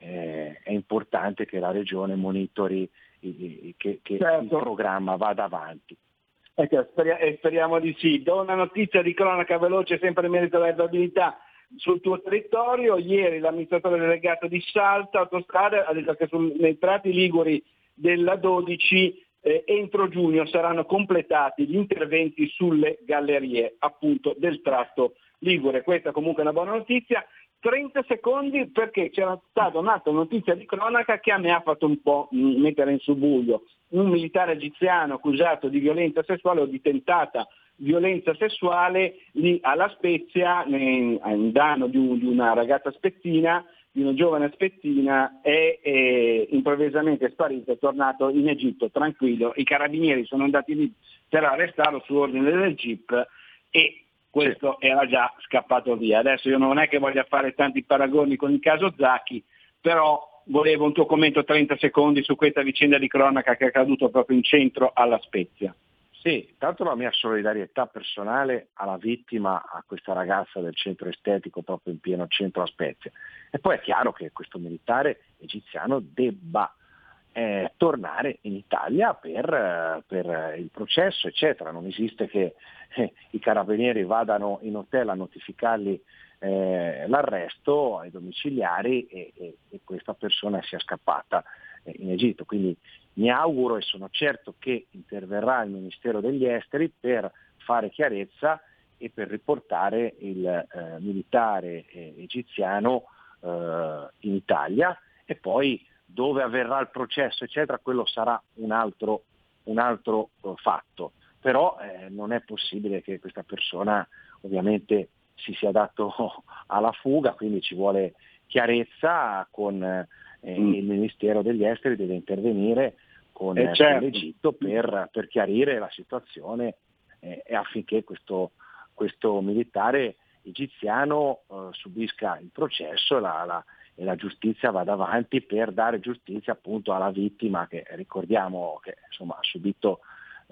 eh, è importante che la Regione monitori i, i, che, che certo. il programma vada avanti. Ecco, speriamo, speriamo di sì. Do una notizia di cronaca veloce sempre in merito alla viabilità sul tuo territorio. Ieri l'amministratore delegato di Salta Autostrade ha detto che sul, nei tratti liguri della dodici eh, entro giugno saranno completati gli interventi sulle gallerie appunto del tratto ligure. Questa comunque è una buona notizia. trenta secondi perché c'era stata un'altra notizia di cronaca che a me ha fatto un po' mettere in subbuglio. Un militare egiziano accusato di violenza sessuale o di tentata violenza sessuale lì alla Spezia, in danno di, un, di una ragazza spezzina, di una giovane spezzina, è, è improvvisamente sparito, è tornato in Egitto tranquillo. I carabinieri sono andati lì per arrestarlo su ordine del G I P e questo sì. era già scappato via. Adesso io non è che voglia fare tanti paragoni con il caso Zacchi, però volevo un tuo commento trenta secondi su questa vicenda di cronaca che è accaduto proprio in centro alla Spezia. Sì, tanto la mia solidarietà personale alla vittima, a questa ragazza del centro estetico proprio in pieno centro a Spezia. E poi è chiaro che questo militare egiziano debba eh, tornare in Italia per, per il processo, eccetera. Non esiste che eh, i carabinieri vadano in hotel a notificargli eh, l'arresto ai domiciliari e, e, e questa persona sia scappata eh, in Egitto. Quindi mi auguro e sono certo che interverrà il Ministero degli Esteri per fare chiarezza e per riportare il eh, militare eh, egiziano eh, in Italia, e poi dove avverrà il processo eccetera, quello sarà un altro, un altro eh, fatto. Però eh, non è possibile che questa persona ovviamente si sia dato alla fuga, quindi ci vuole chiarezza con eh, mm. il Ministero degli Esteri deve intervenire con, eh, certo. con l'Egitto per, per chiarire la situazione eh, e affinché questo, questo militare egiziano eh, subisca il processo e la, la, e la giustizia vada avanti per dare giustizia appunto alla vittima che ricordiamo che insomma ha subito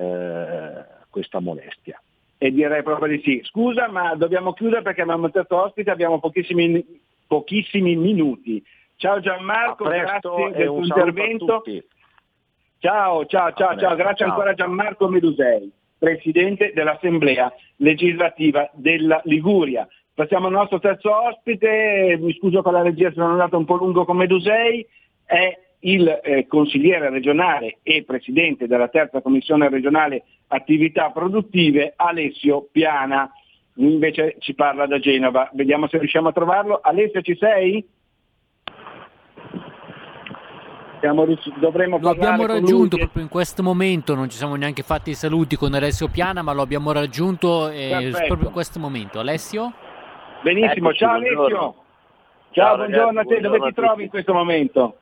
eh, questa molestia. E direi proprio di sì. Scusa, ma dobbiamo chiudere perché abbiamo un terzo ospite, abbiamo pochissimi, pochissimi minuti. Ciao Gianmarco, grazie del tuo intervento. Ciao, ciao, ciao, ciao, grazie ciao. ancora a Gianmarco Medusei, Presidente dell'Assemblea Legislativa della Liguria. Passiamo al nostro terzo ospite, mi scuso per la regia se sono andato un po' lungo con Medusei, è il eh, consigliere regionale e presidente della terza commissione regionale attività produttive, Alessio Piana. Lui invece ci parla da Genova. Vediamo se riusciamo a trovarlo. Alessio, ci sei? Siamo riusciti, dovremmo lo abbiamo raggiunto lui. Proprio in questo momento, non ci siamo neanche fatti i saluti con Alessio Piana, ma lo abbiamo raggiunto eh, proprio in questo momento. Alessio? Benissimo, Eccoci, ciao buongiorno. Alessio. Ciao, Ciao, buongiorno ragazzi, a te, dove buongiorno ti a tutti. trovi in questo momento?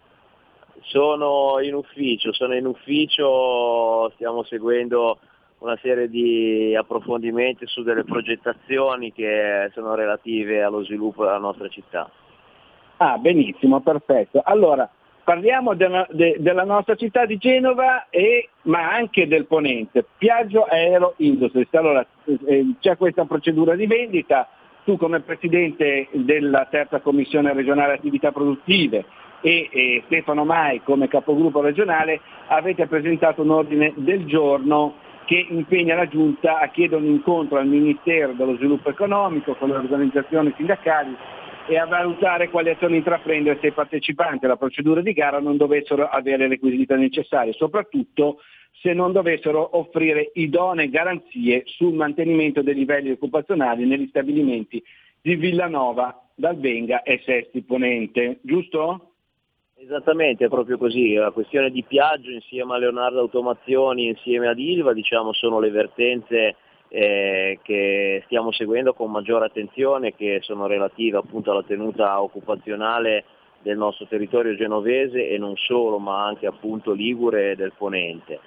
Sono in ufficio, sono in ufficio, stiamo seguendo una serie di approfondimenti su delle progettazioni che sono relative allo sviluppo della nostra città. Ah, benissimo, perfetto. Allora, parliamo della, de, della nostra città di Genova, e, ma anche del Ponente. Piaggio Aero Industries. Allora, eh, c'è questa procedura di vendita. Tu come Presidente della terza Commissione regionale attività produttive e, e Stefano Mai come capogruppo regionale avete presentato un ordine del giorno che impegna la Giunta a chiedere un incontro al Ministero dello Sviluppo Economico con le organizzazioni sindacali e a valutare quali azioni intraprendere se i partecipanti alla procedura di gara non dovessero avere le requisiti necessarie, soprattutto se non dovessero offrire idonee garanzie sul mantenimento dei livelli occupazionali negli stabilimenti di Villanova, Dalbenga e Sesti Ponente, giusto? Esattamente, è proprio così. La questione di Piaggio insieme a Leonardo Automazioni, insieme ad Ilva, diciamo, sono le vertenze eh, che stiamo seguendo con maggiore attenzione, che sono relative appunto alla tenuta occupazionale del nostro territorio genovese e non solo, ma anche appunto ligure e del Ponente.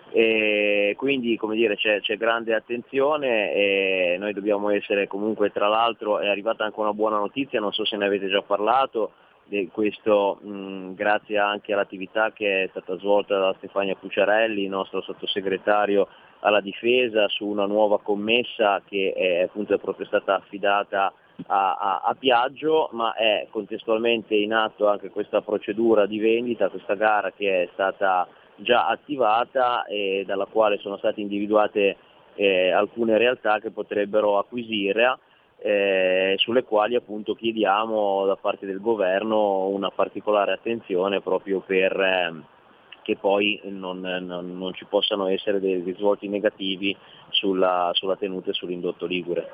E quindi, come dire, c'è, c'è grande attenzione e noi dobbiamo essere comunque, tra l'altro è arrivata anche una buona notizia, non so se ne avete già parlato, di questo mh, grazie anche all'attività che è stata svolta da Stefania Cucciarelli, il nostro sottosegretario alla difesa, su una nuova commessa che è, appunto, è proprio stata affidata a, a, a Piaggio, ma è contestualmente in atto anche questa procedura di vendita, questa gara che è stata già attivata e dalla quale sono state individuate eh, alcune realtà che potrebbero acquisire, eh, sulle quali appunto chiediamo da parte del governo una particolare attenzione proprio per eh, che poi non, non, non ci possano essere dei risvolti negativi sulla, sulla tenuta e sull'indotto ligure.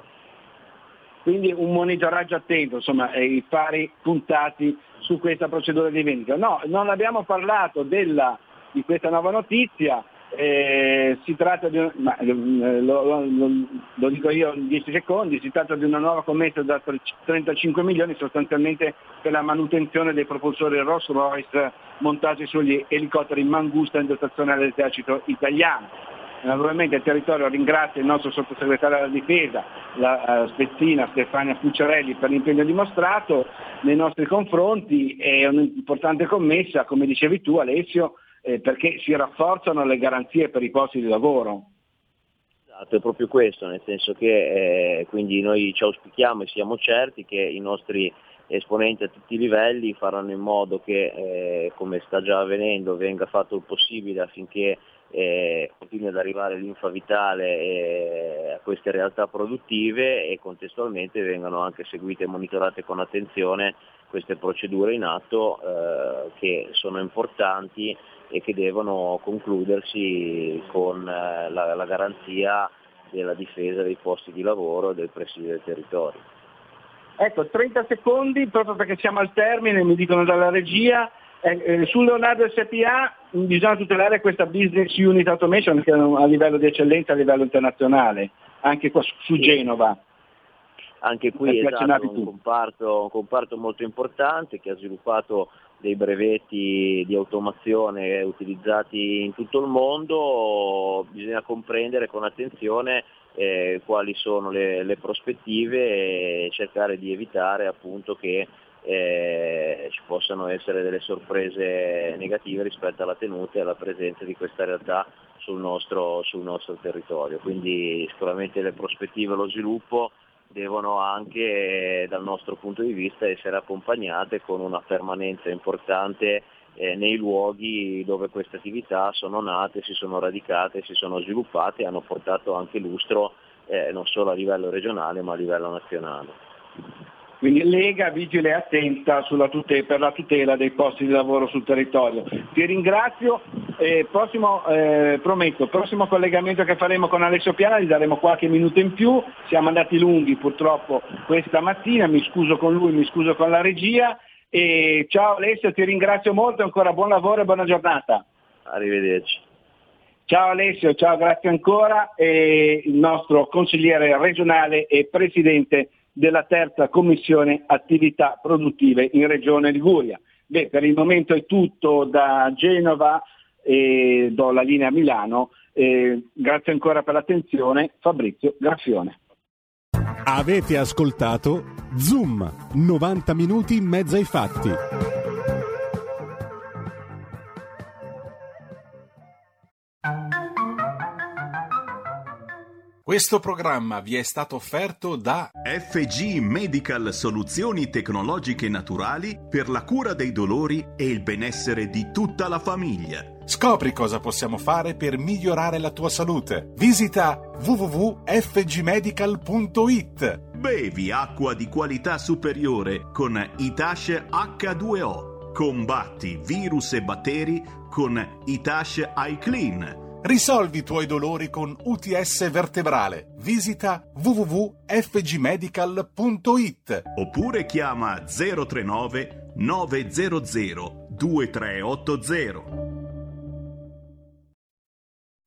Quindi un monitoraggio attento, insomma, e i fari puntati su questa procedura di vendita. No, non abbiamo parlato della, di questa nuova notizia, eh, si tratta di un, ma, lo, lo, lo, lo dico io in dieci secondi, si tratta di una nuova commessa da trentacinque milioni sostanzialmente per la manutenzione dei propulsori Rolls-Royce montati sugli elicotteri Mangusta in dotazione all'esercito italiano. Naturalmente il territorio ringrazia il nostro sottosegretario alla difesa, la uh, spezzina Stefania Cucciarelli, per l'impegno dimostrato nei nostri confronti. È un'importante commessa, come dicevi tu Alessio, eh, perché si rafforzano le garanzie per i posti di lavoro. Esatto, è proprio questo, nel senso che eh, quindi noi ci auspichiamo e siamo certi che i nostri esponenti a tutti i livelli faranno in modo che, eh, come sta già avvenendo, venga fatto il possibile affinché Eh, continui ad arrivare linfa vitale eh, a queste realtà produttive e contestualmente vengano anche seguite e monitorate con attenzione queste procedure in atto eh, che sono importanti e che devono concludersi con eh, la, la garanzia della difesa dei posti di lavoro e del presidio del territorio. Ecco, trenta secondi proprio perché siamo al termine, mi dicono dalla regia. Eh, eh, su Leonardo S P A bisogna tutelare questa business unit automation che è a livello di eccellenza a livello internazionale, anche qua su, su Genova. Anche qui è esatto, un, comparto, un comparto molto importante che ha sviluppato dei brevetti di automazione utilizzati in tutto il mondo. Bisogna comprendere con attenzione eh, quali sono le, le prospettive e cercare di evitare appunto che Eh, ci possano essere delle sorprese negative rispetto alla tenuta e alla presenza di questa realtà sul nostro, sul nostro territorio. Quindi sicuramente le prospettive e lo sviluppo devono anche dal nostro punto di vista essere accompagnate con una permanenza importante eh, nei luoghi dove queste attività sono nate, si sono radicate, si sono sviluppate e hanno portato anche lustro eh, non solo a livello regionale ma a livello nazionale. Quindi Lega vigile e attenta sulla tutela, per la tutela dei posti di lavoro sul territorio. Ti ringrazio, eh, prossimo, eh, prometto, prossimo collegamento che faremo con Alessio Piana gli daremo qualche minuto in più, siamo andati lunghi purtroppo questa mattina, mi scuso con lui, mi scuso con la regia e ciao Alessio, ti ringrazio molto, ancora buon lavoro e buona giornata. Arrivederci. Ciao Alessio, ciao, grazie ancora, e il nostro consigliere regionale e presidente della terza commissione attività produttive in Regione Liguria. Beh, per il momento è tutto da Genova e do la linea a Milano. Eh, grazie ancora per l'attenzione, Fabrizio Graffione. Avete ascoltato Zoom, novanta minuti in mezzo ai fatti. Questo programma vi è stato offerto da F G Medical Soluzioni Tecnologiche Naturali per la cura dei dolori e il benessere di tutta la famiglia. Scopri cosa possiamo fare per migliorare la tua salute. Visita w w w punto f g medical punto i t. Bevi acqua di qualità superiore con Itash acca due o. Combatti virus e batteri con Itash iClean. Risolvi i tuoi dolori con U T S vertebrale. Visita w w w punto f g medical punto i t oppure chiama zero tre nove nove zero zero due tre otto zero.